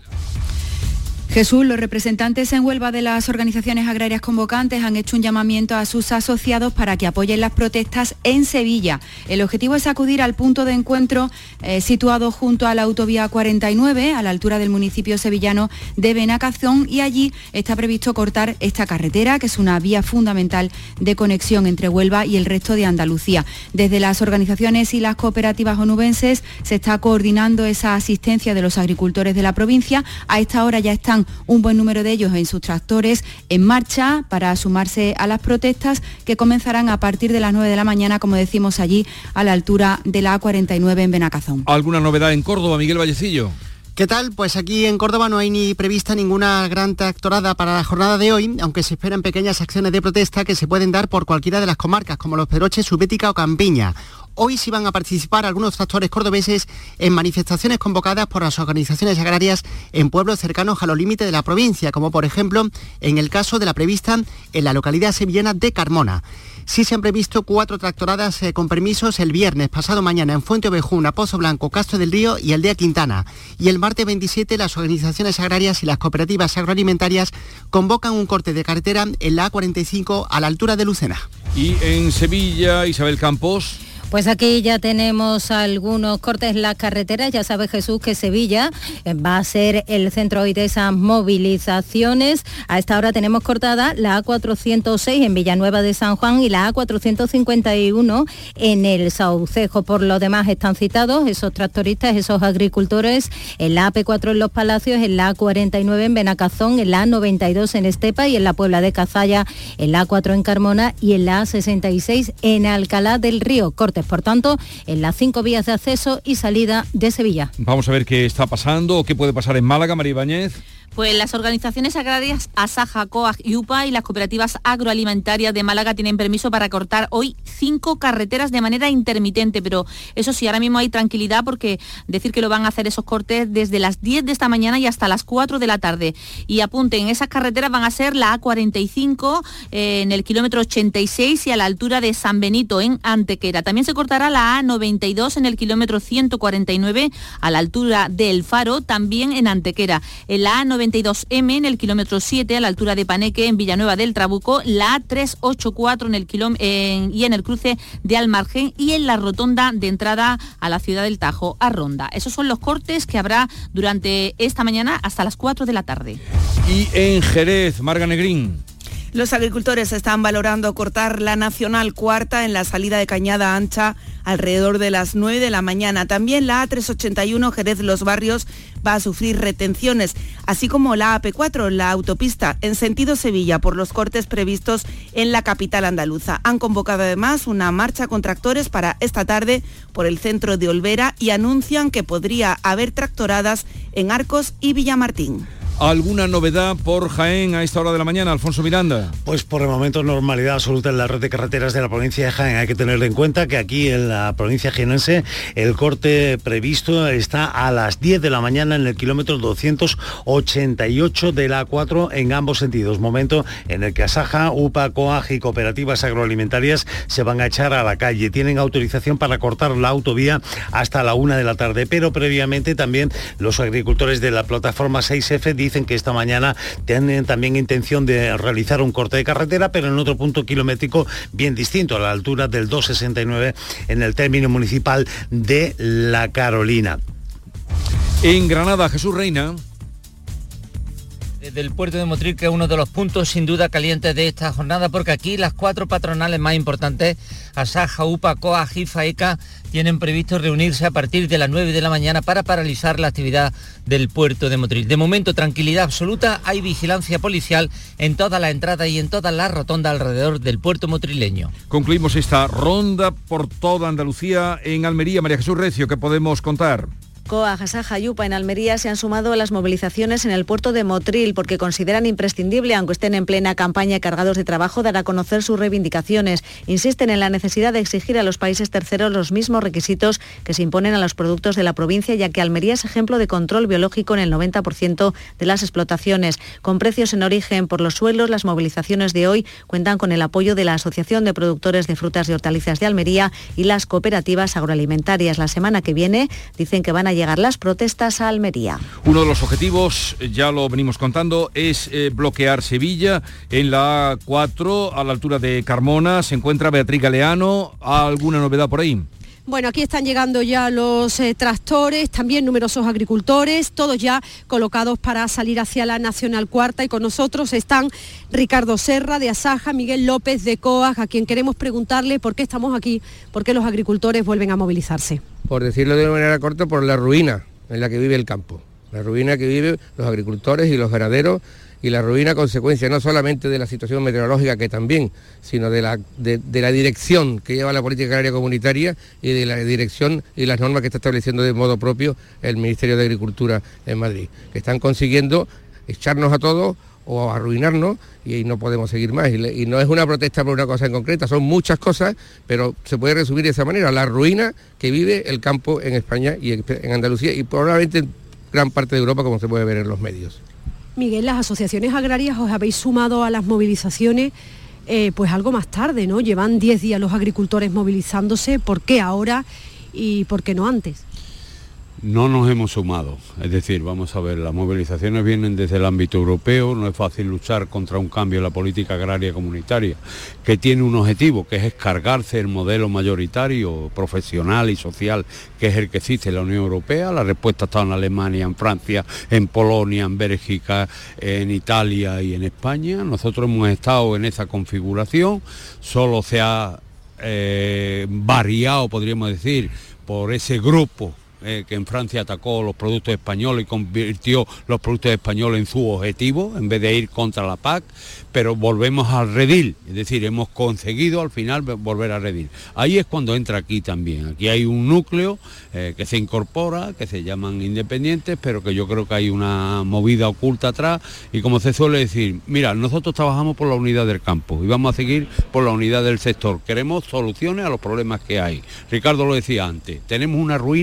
Jesús, los representantes en Huelva de las organizaciones agrarias convocantes han hecho un llamamiento a sus asociados para que apoyen las protestas en Sevilla. El objetivo es acudir al punto de encuentro eh, situado junto a la autovía cuarenta y nueve, a la altura del municipio sevillano de Benacazón, y allí está previsto cortar esta carretera, que es una vía fundamental de conexión entre Huelva y el resto de Andalucía. Desde las organizaciones y las cooperativas onubenses se está coordinando esa asistencia de los agricultores de la provincia. A esta hora ya están un buen número de ellos en sus tractores en marcha para sumarse a las protestas que comenzarán a partir de las nueve de la mañana, como decimos, allí a la altura de la A cuarenta y nueve en Benacazón. ¿Alguna novedad en Córdoba, Miguel Vallecillo? ¿Qué tal? Pues aquí en Córdoba no hay ni prevista ninguna gran tractorada para la jornada de hoy, aunque se esperan pequeñas acciones de protesta que se pueden dar por cualquiera de las comarcas, como Los Pedroches, Subética o Campiña. Hoy sí van a participar algunos tractores cordobeses en manifestaciones convocadas por las organizaciones agrarias en pueblos cercanos a los límites de la provincia, como por ejemplo en el caso de la prevista en la localidad sevillana de Carmona. Sí se han previsto cuatro tractoradas eh, con permisos el viernes, pasado mañana, en Fuente Ovejuna, Pozo Blanco, Castro del Río y Aldea Quintana. Y el martes veintisiete las organizaciones agrarias y las cooperativas agroalimentarias convocan un corte de carretera en la A cuarenta y cinco a la altura de Lucena. Y en Sevilla, Isabel Campos. Pues aquí ya tenemos algunos cortes en las carreteras. Ya sabe Jesús que Sevilla va a ser el centro hoy de esas movilizaciones. A esta hora tenemos cortada la A cuatrocientos seis en Villanueva de San Juan y la A cuatrocientos cincuenta y uno en el Saucejo. Por lo demás están citados esos tractoristas, esos agricultores en la A P cuatro en Los Palacios, en la A cuarenta y nueve en Benacazón, en la A noventa y dos en Estepa y en la Puebla de Cazalla, en la A cuatro en Carmona y en la A sesenta y seis en Alcalá del Río. Cortes, por tanto, en las cinco vías de acceso y salida de Sevilla. Vamos a ver qué está pasando o qué puede pasar en Málaga, María Ibáñez. Pues las organizaciones agrarias Asaja, COAG y UPA y las cooperativas agroalimentarias de Málaga tienen permiso para cortar hoy cinco carreteras de manera intermitente, pero eso sí, ahora mismo hay tranquilidad porque decir que lo van a hacer esos cortes desde las diez de esta mañana y hasta las cuatro de la tarde. Y apunten, esas carreteras van a ser la A cuarenta y cinco eh, en el kilómetro ochenta y seis y a la altura de San Benito en Antequera. También se cortará la A noventa y dos en el kilómetro ciento cuarenta y nueve a la altura del Faro, también en Antequera. En la A noventa noventa y dos eme en el kilómetro siete a la altura de Paneque en Villanueva del Trabuco, la A trescientos ochenta y cuatro en el kilóm- en, y en el cruce de Almargen y en la rotonda de entrada a la ciudad del Tajo, a Ronda. Esos son los cortes que habrá durante esta mañana hasta las cuatro de la tarde. Y en Jerez, Marga Negrín. Los agricultores están valorando cortar la Nacional Cuarta en la salida de Cañada Ancha alrededor de las nueve de la mañana. También la A trescientos ochenta y uno Jerez Los Barrios va a sufrir retenciones, así como la A P cuatro, la autopista en sentido Sevilla, por los cortes previstos en la capital andaluza. Han convocado además una marcha con tractores para esta tarde por el centro de Olvera y anuncian que podría haber tractoradas en Arcos y Villamartín. ¿Alguna novedad por Jaén a esta hora de la mañana, Alfonso Miranda? Pues por el momento normalidad absoluta en la red de carreteras de la provincia de Jaén. Hay que tener en cuenta que aquí en la provincia jienense el corte previsto está a las diez de la mañana en el kilómetro doscientos ochenta y ocho de la A cuatro en ambos sentidos. Momento en el que Asaja, UPA, COAG y cooperativas agroalimentarias se van a echar a la calle. Tienen autorización para cortar la autovía hasta la una de la tarde, pero previamente también los agricultores de la plataforma seis efe dicen que esta mañana tienen también intención de realizar un corte de carretera, pero en otro punto kilométrico bien distinto, a la altura del doscientos sesenta y nueve en el término municipal de La Carolina. En Granada, Jesús Reina. Del puerto de Motril, que es uno de los puntos sin duda calientes de esta jornada, porque aquí las cuatro patronales más importantes, Asaja, UPA, COAG y FAECA, tienen previsto reunirse a partir de las nueve de la mañana para paralizar la actividad del puerto de Motril. De momento, tranquilidad absoluta, hay vigilancia policial en toda la entrada y en toda la rotonda alrededor del puerto motrileño. Concluimos esta ronda por toda Andalucía. En Almería, María Jesús Recio, ¿qué podemos contar? COAG, Asaja y UPA en Almería se han sumado a las movilizaciones en el puerto de Motril porque consideran imprescindible, aunque estén en plena campaña cargados de trabajo, dar a conocer sus reivindicaciones. Insisten en la necesidad de exigir a los países terceros los mismos requisitos que se imponen a los productos de la provincia, ya que Almería es ejemplo de control biológico en el noventa por ciento de las explotaciones. Con precios en origen por los suelos, las movilizaciones de hoy cuentan con el apoyo de la Asociación de Productores de Frutas y Hortalizas de Almería y las cooperativas agroalimentarias. La semana que viene dicen que van a llegar las protestas a Almería. Uno de los objetivos, ya lo venimos contando, es eh, bloquear Sevilla. En la A cuatro, a la altura de Carmona, se encuentra Beatriz Galeano. ¿Alguna novedad por ahí? Bueno, aquí están llegando ya los eh, tractores, también numerosos agricultores, todos ya colocados para salir hacia la Nacional Cuarta, y con nosotros están Ricardo Serra de Asaja, Miguel López de COAG, a quien queremos preguntarle por qué estamos aquí, por qué los agricultores vuelven a movilizarse. Por decirlo de una manera corta, por la ruina en la que vive el campo, la ruina que viven los agricultores y los ganaderos, y la ruina consecuencia no solamente de la situación meteorológica, que también, sino de la, de, de la dirección que lleva la política agraria comunitaria y de la dirección y las normas que está estableciendo de modo propio el Ministerio de Agricultura en Madrid, que están consiguiendo echarnos a todos o arruinarnos, y no podemos seguir más. Y, le, y no es una protesta por una cosa en concreta, son muchas cosas, pero se puede resumir de esa manera: la ruina que vive el campo en España y en Andalucía, y probablemente en gran parte de Europa, como se puede ver en los medios. Miguel, las asociaciones agrarias os habéis sumado a las movilizaciones eh, pues algo más tarde, ¿no? Llevan diez días los agricultores movilizándose. ¿Por qué ahora y por qué no antes? No nos hemos sumado, es decir, vamos a ver, las movilizaciones vienen desde el ámbito europeo, no es fácil luchar contra un cambio en la política agraria comunitaria, que tiene un objetivo, que es cargarse el modelo mayoritario, profesional y social, que es el que existe en la Unión Europea. La respuesta está en Alemania, en Francia, en Polonia, en Bélgica, en Italia y en España. Nosotros hemos estado en esa configuración, solo se ha eh, variado, podríamos decir, por ese grupo Eh, que en Francia atacó los productos españoles y convirtió los productos españoles en su objetivo, en vez de ir contra la P A C, pero volvemos al redil, es decir, hemos conseguido al final volver al redil. Ahí es cuando entra aquí también. Aquí hay un núcleo eh, que se incorpora, que se llaman independientes, pero que yo creo que hay una movida oculta atrás, y como se suele decir, mira, nosotros trabajamos por la unidad del campo y vamos a seguir por la unidad del sector. Queremos soluciones a los problemas que hay. Ricardo lo decía antes, tenemos una ruina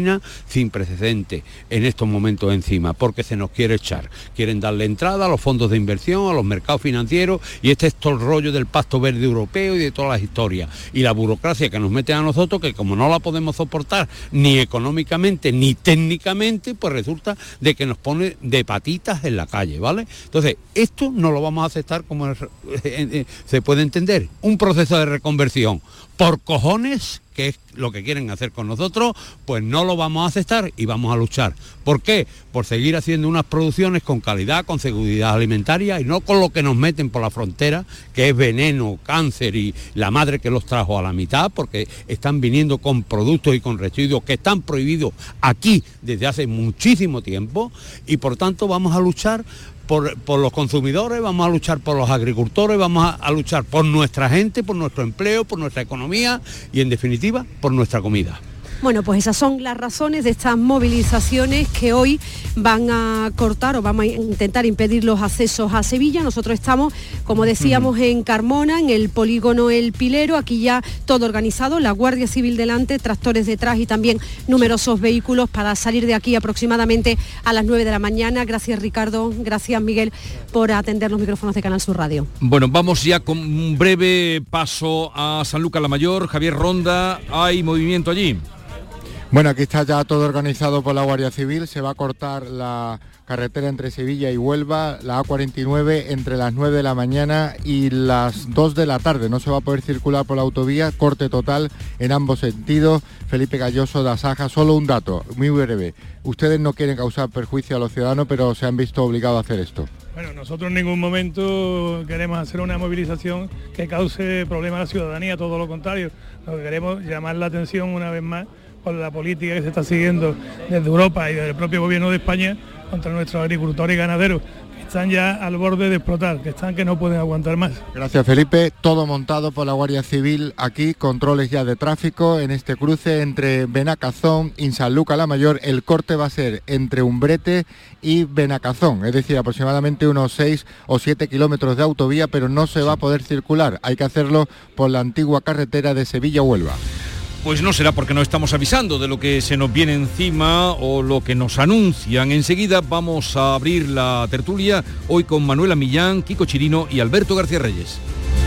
sin precedentes en estos momentos encima, porque se nos quiere echar. Quieren darle entrada a los fondos de inversión, a los mercados financieros, y este es todo el rollo del Pacto Verde Europeo y de todas las historias. Y la burocracia que nos meten a nosotros, que como no la podemos soportar ni económicamente ni técnicamente, pues resulta de que nos pone de patitas en la calle, ¿vale? Entonces, esto no lo vamos a aceptar como es, eh, eh, se puede entender. Un proceso de reconversión por cojones, que es lo que quieren hacer con nosotros, pues no lo vamos a aceptar y vamos a luchar. ¿Por qué? Por seguir haciendo unas producciones con calidad, con seguridad alimentaria y no con lo que nos meten por la frontera, que es veneno, cáncer y la madre que los trajo a la mitad, porque están viniendo con productos y con residuos que están prohibidos aquí desde hace muchísimo tiempo, y por tanto vamos a luchar Por, por los consumidores, vamos a luchar por los agricultores, vamos a, a luchar por nuestra gente, por nuestro empleo, por nuestra economía y, en definitiva, por nuestra comida. Bueno, pues esas son las razones de estas movilizaciones que hoy van a cortar o vamos a intentar impedir los accesos a Sevilla. Nosotros estamos, como decíamos, uh-huh. en Carmona, en el polígono El Pilero, aquí ya todo organizado, la Guardia Civil delante, tractores detrás y también numerosos vehículos para salir de aquí aproximadamente a las nueve de la mañana. Gracias, Ricardo, gracias, Miguel, por atender los micrófonos de Canal Sur Radio. Bueno, vamos ya con un breve paso a Sanlúcar la Mayor. Javier Ronda, ¿hay movimiento allí? Bueno, aquí está ya todo organizado por la Guardia Civil. Se va a cortar la carretera entre Sevilla y Huelva, la A cuarenta y nueve, entre las nueve de la mañana y las dos de la tarde. No se va a poder circular por la autovía, corte total en ambos sentidos. Felipe Galloso de Asaja, solo un dato, muy breve. Ustedes no quieren causar perjuicio a los ciudadanos, pero se han visto obligados a hacer esto. Bueno, nosotros en ningún momento queremos hacer una movilización que cause problemas a la ciudadanía, todo lo contrario. Lo que queremos es llamar la atención una vez más por la política que se está siguiendo desde Europa y del propio gobierno de España contra nuestros agricultores y ganaderos, que están ya al borde de explotar, que están que no pueden aguantar más. Gracias, Felipe. Todo montado por la Guardia Civil aquí, controles ya de tráfico en este cruce entre Benacazón y Sanlúcar la Mayor. El corte va a ser entre Umbrete y Benacazón, es decir, aproximadamente unos seis o siete kilómetros de autovía, pero no se va a poder circular. Hay que hacerlo por la antigua carretera de Sevilla-Huelva. Pues no será porque no estamos avisando de lo que se nos viene encima o lo que nos anuncian. Enseguida vamos a abrir la tertulia, hoy con Manuela Millán, Kiko Chirino y Alberto García Reyes.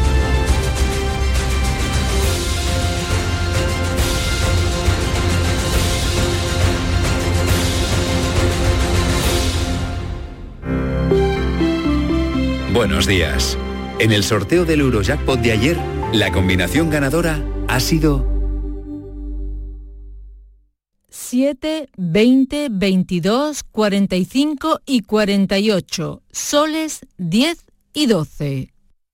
Buenos días. En el sorteo del Eurojackpot de ayer, la combinación ganadora ha sido siete, veinte, veintidós, cuarenta y cinco y cuarenta y ocho, soles diez y doce.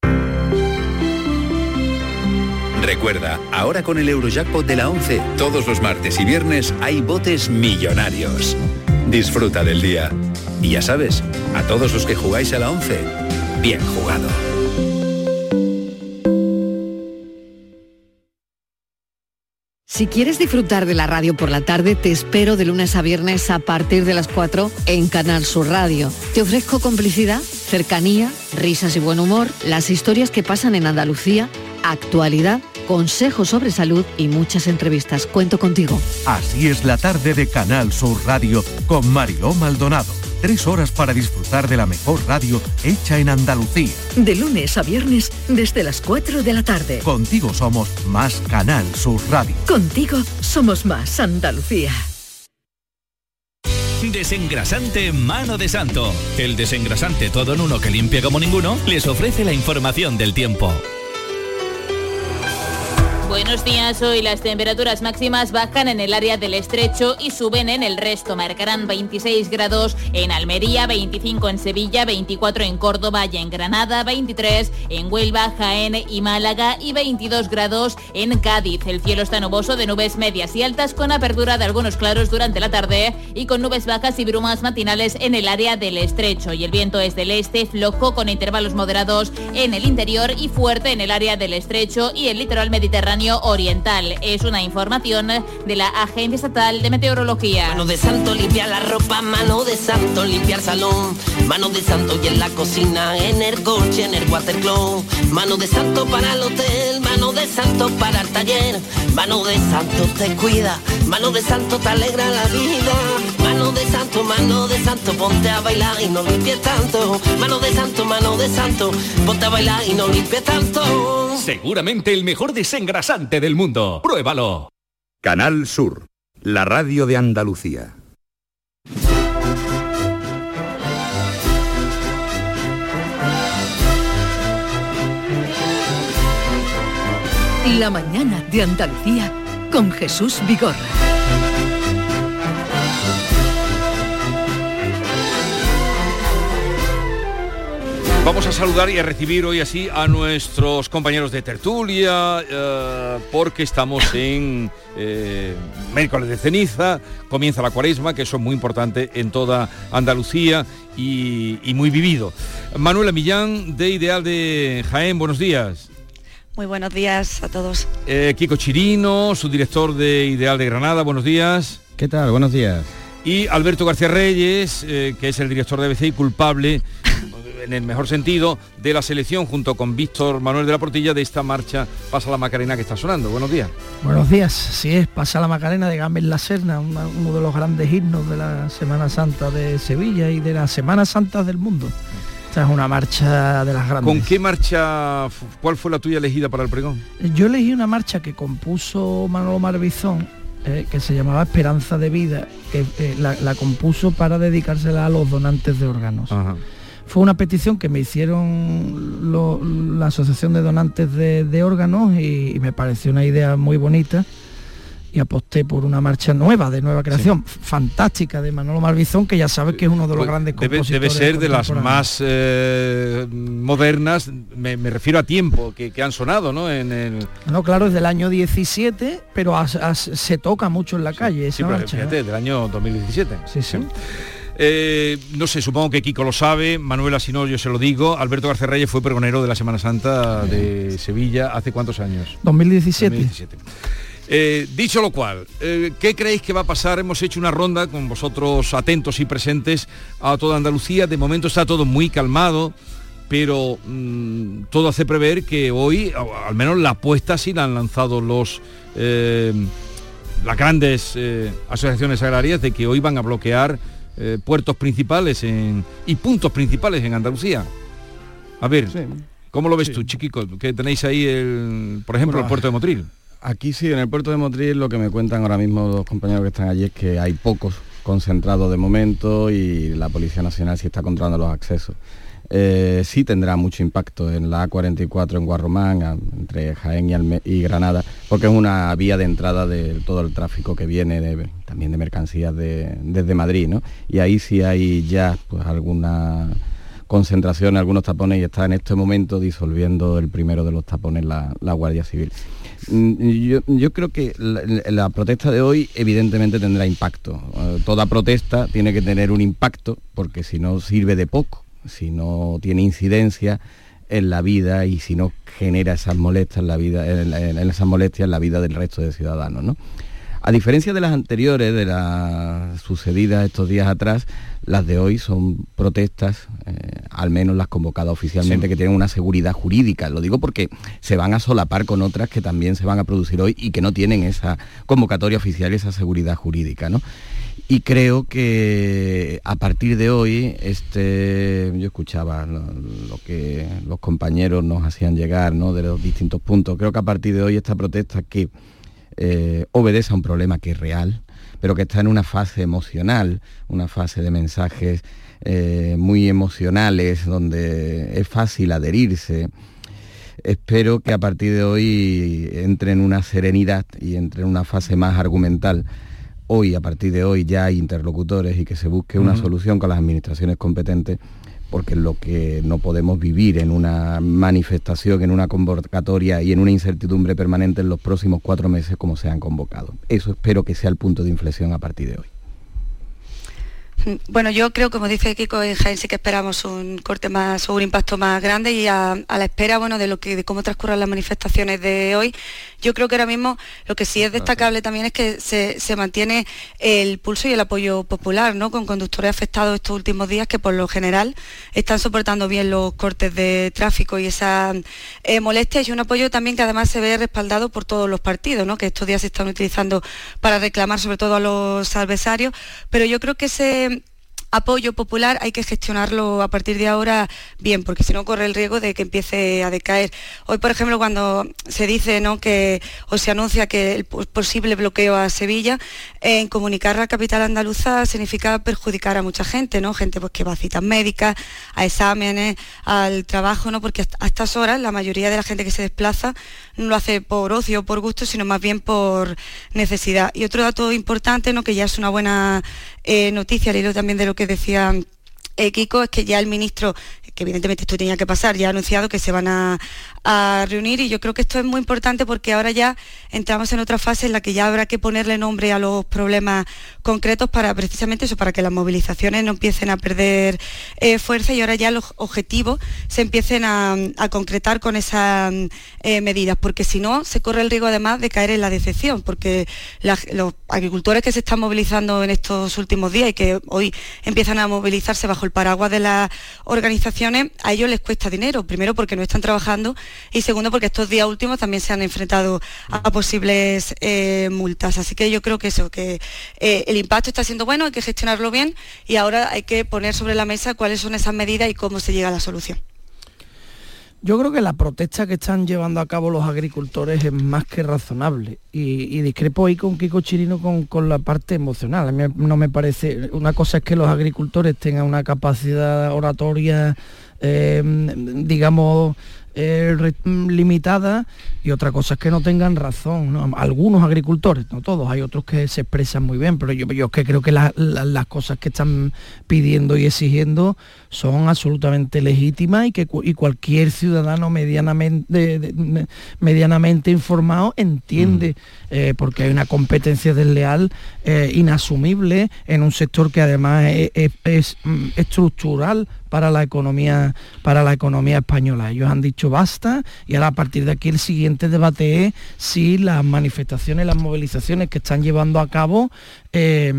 Recuerda, ahora con el Eurojackpot de la once, todos los martes y viernes hay botes millonarios. Disfruta del día. Y ya sabes, a todos los que jugáis a la once, bien jugado. Si quieres disfrutar de la radio por la tarde, te espero de lunes a viernes a partir de las cuatro en Canal Sur Radio. Te ofrezco complicidad, cercanía, risas y buen humor, las historias que pasan en Andalucía, actualidad, consejos sobre salud y muchas entrevistas. Cuento contigo. Así es la tarde de Canal Sur Radio con Mariló Maldonado. Tres horas para disfrutar de la mejor radio hecha en Andalucía. De lunes a viernes desde las cuatro de la tarde. Contigo somos más Canal Sur Radio. Contigo somos más Andalucía. Desengrasante Mano de Santo. El desengrasante todo en uno que limpia como ninguno les ofrece la información del tiempo. Buenos días, hoy las temperaturas máximas bajan en el área del Estrecho y suben en el resto. Marcarán veintiséis grados en Almería, veinticinco en Sevilla, veinticuatro en Córdoba y en Granada, veintitrés en Huelva, Jaén y Málaga y veintidós grados en Cádiz. El cielo está nuboso de nubes medias y altas con apertura de algunos claros durante la tarde y con nubes bajas y brumas matinales en el área del Estrecho. Y el viento es del este, flojo con intervalos moderados en el interior y fuerte en el área del Estrecho y el litoral mediterráneo Mediterráneo Oriental. Es una información de la Agencia Estatal de Meteorología. Mano de santo limpia la ropa, mano de santo limpiar salón, mano de santo y en la cocina, en el coche, en el watercloak, mano de santo para el hotel, mano de santo para el taller, mano de santo te cuida, mano de santo te alegra la vida, mano de santo, mano de santo, ponte a bailar y no limpies tanto, mano de santo, mano de santo, ponte a bailar y no limpies tanto. Seguramente el mejor desengrasante del mundo. Pruébalo. Canal Sur, la radio de Andalucía. La mañana de Andalucía con Jesús Vigorra. Vamos a saludar y a recibir hoy así a nuestros compañeros de tertulia, eh, porque estamos en eh, miércoles de ceniza, comienza la cuaresma, que eso es muy importante en toda Andalucía y, y muy vivido. Manuela Millán, de Ideal de Jaén, buenos días. Muy buenos días a todos. Eh, Kiko Chirino, subdirector de Ideal de Granada, buenos días. ¿Qué tal? Buenos días. Y Alberto García Reyes, eh, que es el director de A B C y culpable, en el mejor sentido, de la selección, junto con Víctor Manuel de la Portilla, de esta marcha Pasa la Macarena que está sonando. Buenos días. Buenos días. Sí, es Pasa la Macarena de Gamel La Serna, una, uno de los grandes himnos de la Semana Santa de Sevilla y de las Semanas Santas del mundo. Esta es una marcha de las grandes. ¿Con qué marcha, cuál fue la tuya elegida para el pregón? Yo elegí una marcha que compuso Manolo Marbizón, eh, que se llamaba Esperanza de Vida, que eh, la, la compuso para dedicársela a los donantes de órganos. Ajá. Fue una petición que me hicieron lo, la Asociación de Donantes de, de Órganos y, y me pareció una idea muy bonita y aposté por una marcha nueva, de nueva creación, sí. Fantástica, de Manolo Marbizón, que ya sabes que es uno de los pues grandes debe, compositores. Debe ser de las más eh, modernas, me, me refiero a tiempo, que, que han sonado, ¿no? En el... No, claro, es del año diecisiete, pero as, as, se toca mucho en la calle esa sí, pero marcha. Fíjate, ¿no? Del año dos mil diecisiete. Sí, sí. sí. Eh, no sé, supongo que Kiko lo sabe, Manuela si no yo se lo digo. Alberto García Reyes fue pregonero de la Semana Santa de Sevilla hace ¿cuántos años? dos mil diecisiete. dos mil diecisiete. Eh, dicho lo cual, eh, ¿qué creéis que va a pasar? Hemos hecho una ronda con vosotros atentos y presentes a toda Andalucía. De momento está todo muy calmado, pero mmm, todo hace prever que hoy, al menos la apuesta sí la han lanzado los eh, las grandes eh, asociaciones agrarias, de que hoy van a bloquear eh, puertos principales en, y puntos principales en Andalucía. A ver, sí. ¿Cómo lo ves sí. tú, Chiquico? Que tenéis ahí, el, por ejemplo, bueno, el puerto de Motril. Aquí sí, en el puerto de Motril lo que me cuentan ahora mismo los compañeros que están allí es que hay pocos concentrados de momento y la Policía Nacional sí está controlando los accesos. Eh, sí tendrá mucho impacto en la A cuarenta y cuatro en Guarromán, a, entre Jaén y, Alme y Granada, porque es una vía de entrada de todo el tráfico que viene de, también de mercancías de, desde Madrid, ¿no? Y ahí sí hay ya pues alguna concentración, algunos tapones, y está en este momento disolviendo el primero de los tapones la, la Guardia Civil. Yo, yo creo que la, la protesta de hoy evidentemente tendrá impacto. Uh, toda protesta tiene que tener un impacto, porque si no sirve de poco, si no tiene incidencia en la vida y si no genera esas molestias en la vida, en, en, en esas molestias en la vida del resto de ciudadanos, ¿no? A diferencia de las anteriores, de las sucedidas estos días atrás, las de hoy son protestas, eh, al menos las convocadas oficialmente, sí. que tienen una seguridad jurídica. Lo digo porque se van a solapar con otras que también se van a producir hoy y que no tienen esa convocatoria oficial y esa seguridad jurídica, ¿no? Y creo que a partir de hoy, este, yo escuchaba lo, lo que los compañeros nos hacían llegar, ¿no?, de los distintos puntos. Creo que a partir de hoy esta protesta que Eh, obedece a un problema que es real, pero que está en una fase emocional, una fase de mensajes eh, muy emocionales, donde es fácil adherirse. Espero que a partir de hoy entre en una serenidad y entre en una fase más argumental. Hoy, a partir de hoy, ya hay interlocutores y que se busque una uh-huh. solución con las administraciones competentes, porque lo que no podemos vivir en una manifestación, en una convocatoria y en una incertidumbre permanente en los próximos cuatro meses como se han convocado. Eso espero que sea el punto de inflexión a partir de hoy. Bueno, yo creo, como dice Kiko, en Jaén sí que esperamos un corte más o un impacto más grande y a, a la espera, bueno, de lo que de cómo transcurran las manifestaciones de hoy. Yo creo que ahora mismo lo que sí es destacable también es que se, se mantiene el pulso y el apoyo popular, ¿no? Con conductores afectados estos últimos días que por lo general están soportando bien los cortes de tráfico y esa eh, molestia, y un apoyo también que además se ve respaldado por todos los partidos, ¿no? Que estos días se están utilizando para reclamar sobre todo a los adversarios, pero yo creo que ese apoyo popular hay que gestionarlo a partir de ahora bien, porque si no corre el riesgo de que empiece a decaer. Hoy, por ejemplo, cuando se dice, ¿no?, que o se anuncia que el posible bloqueo a Sevilla, eh, en comunicar a la capital andaluza significa perjudicar a mucha gente, ¿no? Gente pues que va a citas médicas, a exámenes, al trabajo, ¿no? Porque a estas horas la mayoría de la gente que se desplaza no lo hace por ocio o por gusto, sino más bien por necesidad. Y otro dato importante, ¿no?, que ya es una buena eh, noticia, al hilo también de lo que decía eh, Kiko, es que ya el ministro, que evidentemente esto tenía que pasar, ya ha anunciado que se van a, a reunir, y yo creo que esto es muy importante porque ahora ya entramos en otra fase en la que ya habrá que ponerle nombre a los problemas concretos para precisamente eso, para que las movilizaciones no empiecen a perder eh, fuerza y ahora ya los objetivos se empiecen a, a concretar con esas eh, medidas, porque si no se corre el riesgo además de caer en la decepción, porque la, los agricultores que se están movilizando en estos últimos días y que hoy empiezan a movilizarse bajo el paraguas de las organizaciones, a ellos les cuesta dinero, primero porque no están trabajando y segundo porque estos días últimos también se han enfrentado a posibles eh, multas. Así que yo creo que eso, que eh, el impacto está siendo bueno, hay que gestionarlo bien y ahora hay que poner sobre la mesa cuáles son esas medidas y cómo se llega a la solución. Yo creo que la protesta que están llevando a cabo los agricultores es más que razonable y, y discrepo ahí con Kiko Chirino con, con la parte emocional. A mí no me parece, una cosa es que los agricultores tengan una capacidad oratoria, eh, digamos, Eh, re, limitada, y otra cosa es que no tengan razón, ¿no? Algunos agricultores, no todos, hay otros que se expresan muy bien, pero yo, yo es que creo que la, la, las cosas que están pidiendo y exigiendo son absolutamente legítimas y que y cualquier ciudadano medianamente de, de, medianamente informado entiende, mm. eh, porque hay una competencia desleal eh, inasumible en un sector que además es, es, es estructural para la economía para la economía española. Ellos han dicho basta y ahora a partir de aquí el siguiente debate es si las manifestaciones, las movilizaciones que están llevando a cabo eh,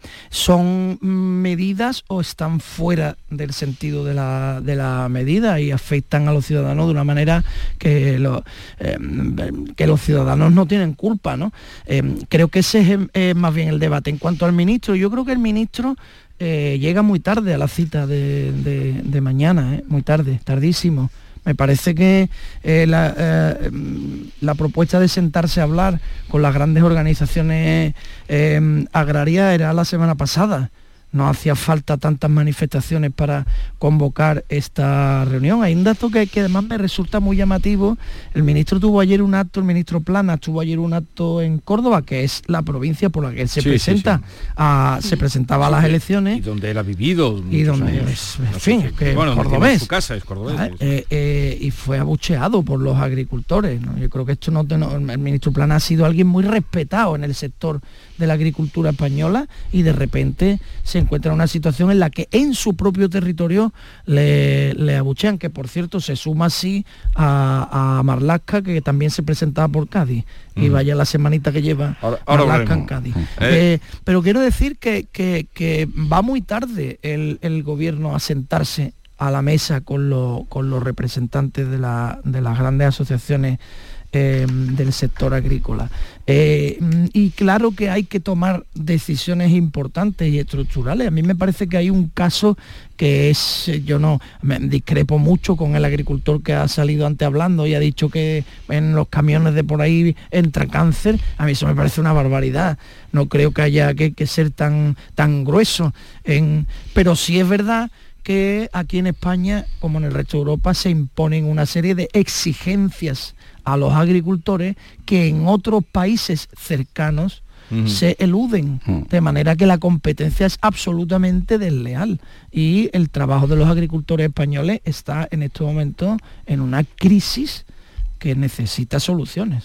son medidas o están fuera del sentido de la, de la medida y afectan a los ciudadanos de una manera que, lo, eh, que los ciudadanos no tienen culpa, ¿no? Eh, creo que ese es eh, más bien el debate. En cuanto al ministro, yo creo que el ministro Eh, llega muy tarde a la cita de, de, de mañana, ¿eh? Muy tarde, tardísimo. Me parece que eh, la, eh, la propuesta de sentarse a hablar con las grandes organizaciones eh, agrarias era la semana pasada. No hacía falta tantas manifestaciones para convocar esta reunión. Hay un dato que, que además me resulta muy llamativo. El ministro tuvo ayer un acto, el ministro Planas tuvo ayer un acto en Córdoba, que es la provincia por la que él se sí, presenta, sí, sí. A, se presentaba a las elecciones. Y donde él ha vivido. Y donde, es, en no fin, sé, que bueno, cordobés. Su casa es cordobés. ¿Ah? Eh, eh, y fue abucheado por los agricultores, ¿no? Yo creo que esto no, no, el ministro Planas ha sido alguien muy respetado en el sector de la agricultura española y de repente se encuentra en una situación en la que en su propio territorio le, le abuchean, que por cierto se suma así a, a Marlaska, que también se presentaba por Cádiz, mm. y vaya la semanita que lleva ahora, ahora Marlaska en Cádiz. Eh. Eh, pero quiero decir que, que, que va muy tarde el, el gobierno a sentarse a la mesa con, lo, con los representantes de, la, de las grandes asociaciones Eh, del sector agrícola. Eh, y claro que hay que tomar decisiones importantes y estructurales. A mí me parece que hay un caso que es, yo no, me discrepo mucho con el agricultor que ha salido antes hablando y ha dicho que en los camiones de por ahí entra cáncer. A mí eso me parece una barbaridad. No creo que haya que, que ser tan, tan grueso. En, pero sí es verdad que aquí en España, como en el resto de Europa, se imponen una serie de exigencias a los agricultores que en otros países cercanos uh-huh. se eluden, uh-huh. de manera que la competencia es absolutamente desleal y el trabajo de los agricultores españoles está en este momento en una crisis que necesita soluciones.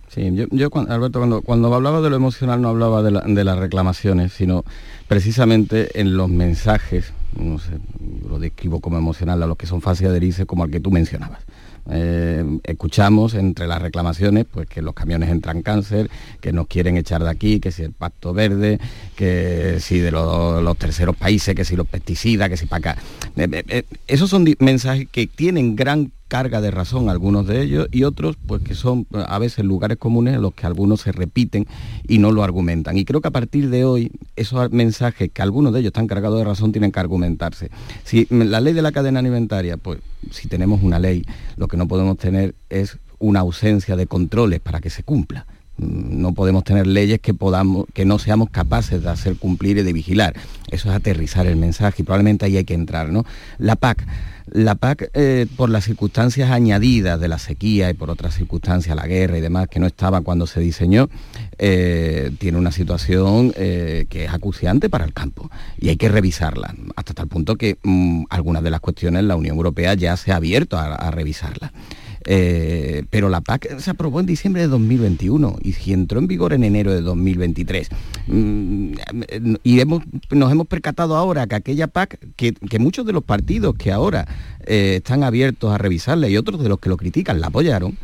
Sí, yo, yo Alberto, cuando, cuando hablaba de lo emocional no hablaba de, la, de las reclamaciones, sino precisamente en los mensajes, no sé, lo describo como emocional, a los que son fáciles de adherirse, como al que tú mencionabas. Eh, escuchamos entre las reclamaciones pues que los camiones entran cáncer, que nos quieren echar de aquí, que si el pacto verde, que si de los, los terceros países, que si los pesticidas, que si para acá. Eh, eh, eh, esos son mensajes que tienen gran carga de razón, algunos de ellos, y otros pues que son a veces lugares comunes en los que algunos se repiten y no lo argumentan. Y creo que a partir de hoy esos mensajes, que algunos de ellos están cargados de razón, tienen que argumentarse. Si la ley de la cadena alimentaria, pues si tenemos una ley, lo que no podemos tener es una ausencia de controles para que se cumpla. No podemos tener leyes que podamos, que no seamos capaces de hacer cumplir y de vigilar. Eso es aterrizar el mensaje y probablemente ahí hay que entrar, ¿no? La P A C. La P A C, eh, por las circunstancias añadidas de la sequía y por otras circunstancias, la guerra y demás, que no estaba cuando se diseñó, eh, tiene una situación eh, que es acuciante para el campo y hay que revisarla, hasta tal punto que mmm, algunas de las cuestiones la Unión Europea ya se ha abierto a, a revisarla. Eh, pero la P A C se aprobó en diciembre de dos mil veintiuno y entró en vigor en enero de dos mil veintitrés. Mm, y hemos, nos hemos percatado ahora que aquella P A C, que, que muchos de los partidos que ahora eh, están abiertos a revisarla y otros de los que lo critican la apoyaron,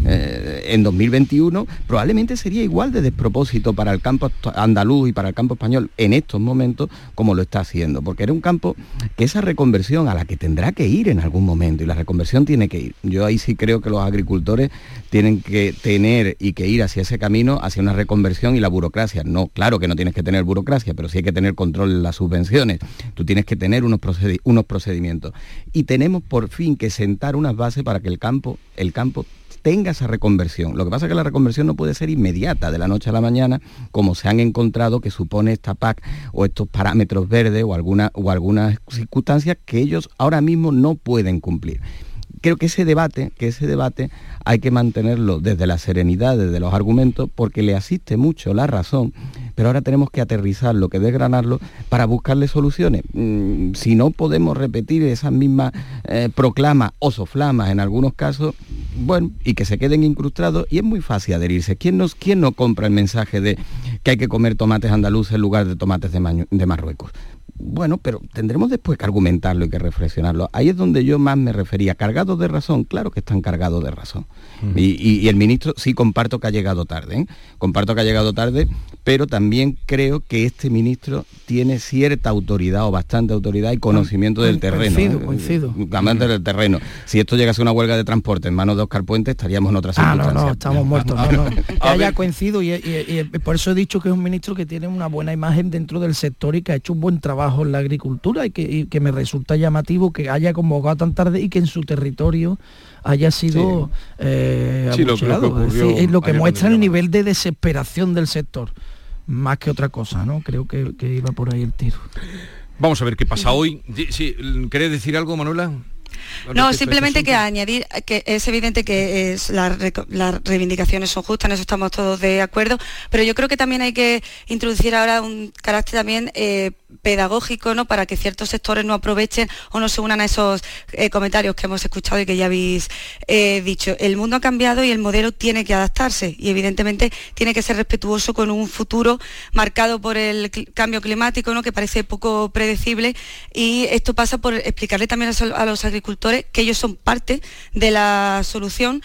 Eh, en dos mil veintiuno probablemente sería igual de despropósito para el campo andaluz y para el campo español en estos momentos como lo está haciendo, porque era un campo que esa reconversión a la que tendrá que ir en algún momento, y la reconversión tiene que ir. Yo ahí sí creo que los agricultores tienen que tener y que ir hacia ese camino, hacia una reconversión, y la burocracia, no, claro que no tienes que tener burocracia, pero sí hay que tener control en las subvenciones, tú tienes que tener unos, procedi- unos procedimientos, y tenemos por fin que sentar unas bases para que el campo, el campo tenga esa reconversión. Lo que pasa es que la reconversión no puede ser inmediata, de la noche a la mañana, como se han encontrado que supone esta P A C o estos parámetros verdes o, alguna, o algunas circunstancias que ellos ahora mismo no pueden cumplir. Creo que ese debate, que ese debate hay que mantenerlo desde la serenidad, desde los argumentos, porque le asiste mucho la razón, pero ahora tenemos que aterrizarlo, que desgranarlo para buscarle soluciones. Mm, si no podemos repetir esas mismas eh, proclamas o soflamas en algunos casos, bueno, y que se queden incrustados, y es muy fácil adherirse. ¿Quién, nos, quién no compra el mensaje de que hay que comer tomates andaluces en lugar de tomates de, Maño, de Marruecos? Bueno, pero tendremos después que argumentarlo y que reflexionarlo. Ahí es donde yo más me refería. ¿Cargados de razón? Claro que están cargados de razón. Uh-huh. Y, y, y el ministro, sí, comparto que ha llegado tarde, ¿eh? Comparto que ha llegado tarde, pero también creo que este ministro tiene cierta autoridad o bastante autoridad y conocimiento del terreno. Coincido, ¿eh? coincido. Amante del terreno. Si esto llegase a una huelga de transporte en manos de Óscar Puente, estaríamos en otra circunstancia. Ah, no, no, estamos muertos. No, no. Que haya coincido y, y, y por eso he dicho que es un ministro que tiene una buena imagen dentro del sector y que ha hecho un buen trabajo en la agricultura y que, y que me resulta llamativo que haya convocado tan tarde y que en su territorio haya sido sí. eh, sí, abucheado. Lo que, lo que, es decir, lo que muestra el nivel de desesperación del sector, más que otra cosa, ¿no? Creo que, que iba por ahí el tiro. Vamos a ver qué pasa hoy. Sí, ¿querés decir algo, Manuela? No, simplemente que añadir que es evidente que es, la, las reivindicaciones son justas, en eso estamos todos de acuerdo, pero yo creo que también hay que introducir ahora un carácter también eh, pedagógico, ¿no? Para que ciertos sectores no aprovechen o no se unan a esos eh, comentarios que hemos escuchado y que ya habéis eh, dicho. El mundo ha cambiado y el modelo tiene que adaptarse y evidentemente tiene que ser respetuoso con un futuro marcado por el cl- cambio climático, ¿no? Que parece poco predecible, y esto pasa por explicarle también a, a los agricultores que ellos son parte de la solución,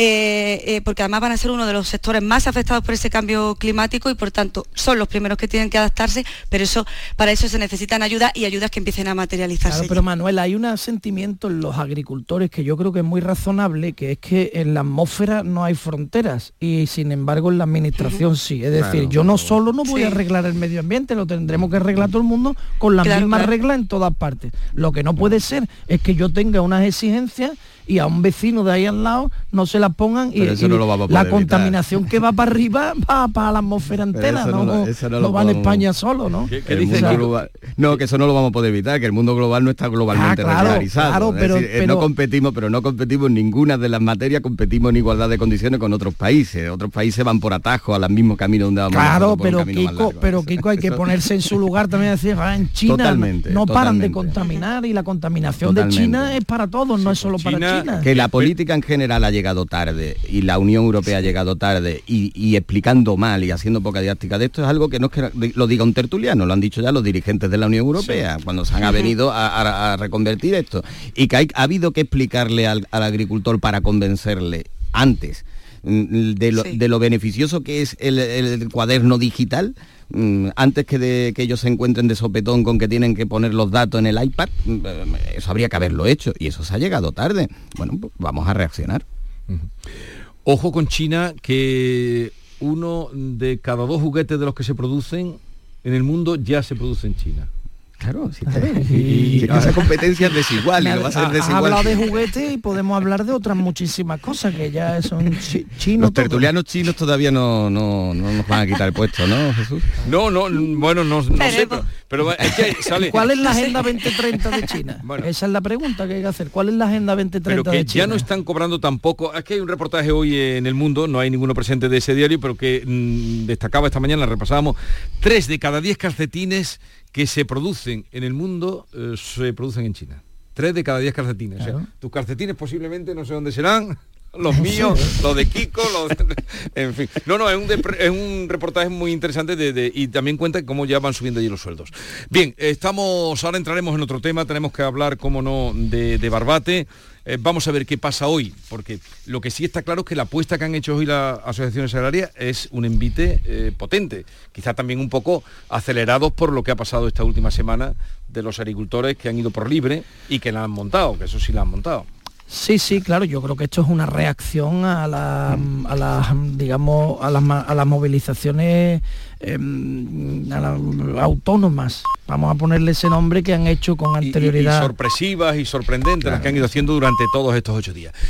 eh, eh, porque además van a ser uno de los sectores más afectados por ese cambio climático y por tanto son los primeros que tienen que adaptarse, pero eso para eso se necesitan ayudas y ayudas que empiecen a materializarse. Claro, pero Manuel, hay un sentimiento en los agricultores que yo creo que es muy razonable, que es que en la atmósfera no hay fronteras y sin embargo en la administración uh-huh. sí. Es decir, claro, yo no solo no voy sí. a arreglar el medio ambiente, lo tendremos que arreglar todo el mundo con las claro, mismas claro. reglas en todas partes. Lo que no puede ser es que yo tenga unas exigencias y a un vecino de ahí al lado no se las pongan y, y no la contaminación que va para arriba va para la atmósfera entera, no, no, no, no, no va en España solo, ¿no? ¿Qué, qué dice global, no, que eso no lo vamos a poder evitar, que el mundo global no está globalmente ah, claro, regularizado. Claro, pero, es decir, pero, no competimos, pero no competimos en ninguna de las materias, competimos en igualdad de condiciones con otros países. Otros países van por atajo al mismo camino donde vamos claro, nosotros, pero Kiko, pero Kiko hay que eso, ponerse en su lugar también, decir, ah, en China totalmente, no paran totalmente. de contaminar y la contaminación totalmente. de China es para todos, sí, no es solo China, para China. Que la política en general ha llegado tarde y la Unión Europea sí. ha llegado tarde y, y explicando mal y haciendo poca didáctica de esto es algo que no es que lo diga un tertuliano, lo han dicho ya los dirigentes de la Unión Europea sí. cuando se han venido a, a, a reconvertir esto. Y que hay, ha habido que explicarle al, al agricultor para convencerle antes de lo, sí. de lo beneficioso que es el, el cuaderno digital, antes que, de, que ellos se encuentren de sopetón con que tienen que poner los datos en el iPad. Eso habría que haberlo hecho y eso se ha llegado tarde. Bueno, pues vamos a reaccionar. Uh-huh. Ojo con China, que uno de cada dos juguetes de los que se producen en el mundo ya se produce en China. Claro, sí, y, y, y esa competencia es desigual y lo va a ser desigual. Ha hablado de juguetes y podemos hablar de otras muchísimas cosas que ya son chi chinos. Los tertulianos todo. Chinos todavía no, no, no nos van a quitar el puesto, ¿no, Jesús? No, no, bueno, no, no sé, pero, pero es que sale. ¿Cuál es la Agenda veinte treinta de China? Bueno, esa es la pregunta que hay que hacer. ¿Cuál es la Agenda veinte treinta de China? Pero que ya no están cobrando tampoco. Es que hay un reportaje hoy en El Mundo, no hay ninguno presente de ese diario, pero que mmm, destacaba esta mañana, repasábamos, tres de cada diez calcetines que se producen en el mundo eh, se producen en China. Tres de cada diez calcetines. Claro. O sea, tus calcetines posiblemente no sé dónde serán, los míos, los de Kiko, los de, en fin. No, no, es un, de, es un reportaje muy interesante de, de, y también cuenta cómo ya van subiendo allí los sueldos. Bien, estamos, ahora entraremos en otro tema, tenemos que hablar, cómo no, de, de Barbate. Eh, vamos a ver qué pasa hoy, porque lo que sí está claro es que la apuesta que han hecho hoy las asociaciones agrarias es un envite eh, potente, quizá también un poco acelerados por lo que ha pasado esta última semana de los agricultores que han ido por libre y que la han montado, que eso sí la han montado. Sí, sí, claro, yo creo que esto es una reacción a las, a las digamos, a las, a las movilizaciones eh, a las autónomas, vamos a ponerle ese nombre que han hecho con anterioridad. Y, y sorpresivas y sorprendentes, claro, las que han ido haciendo durante todos estos ocho días.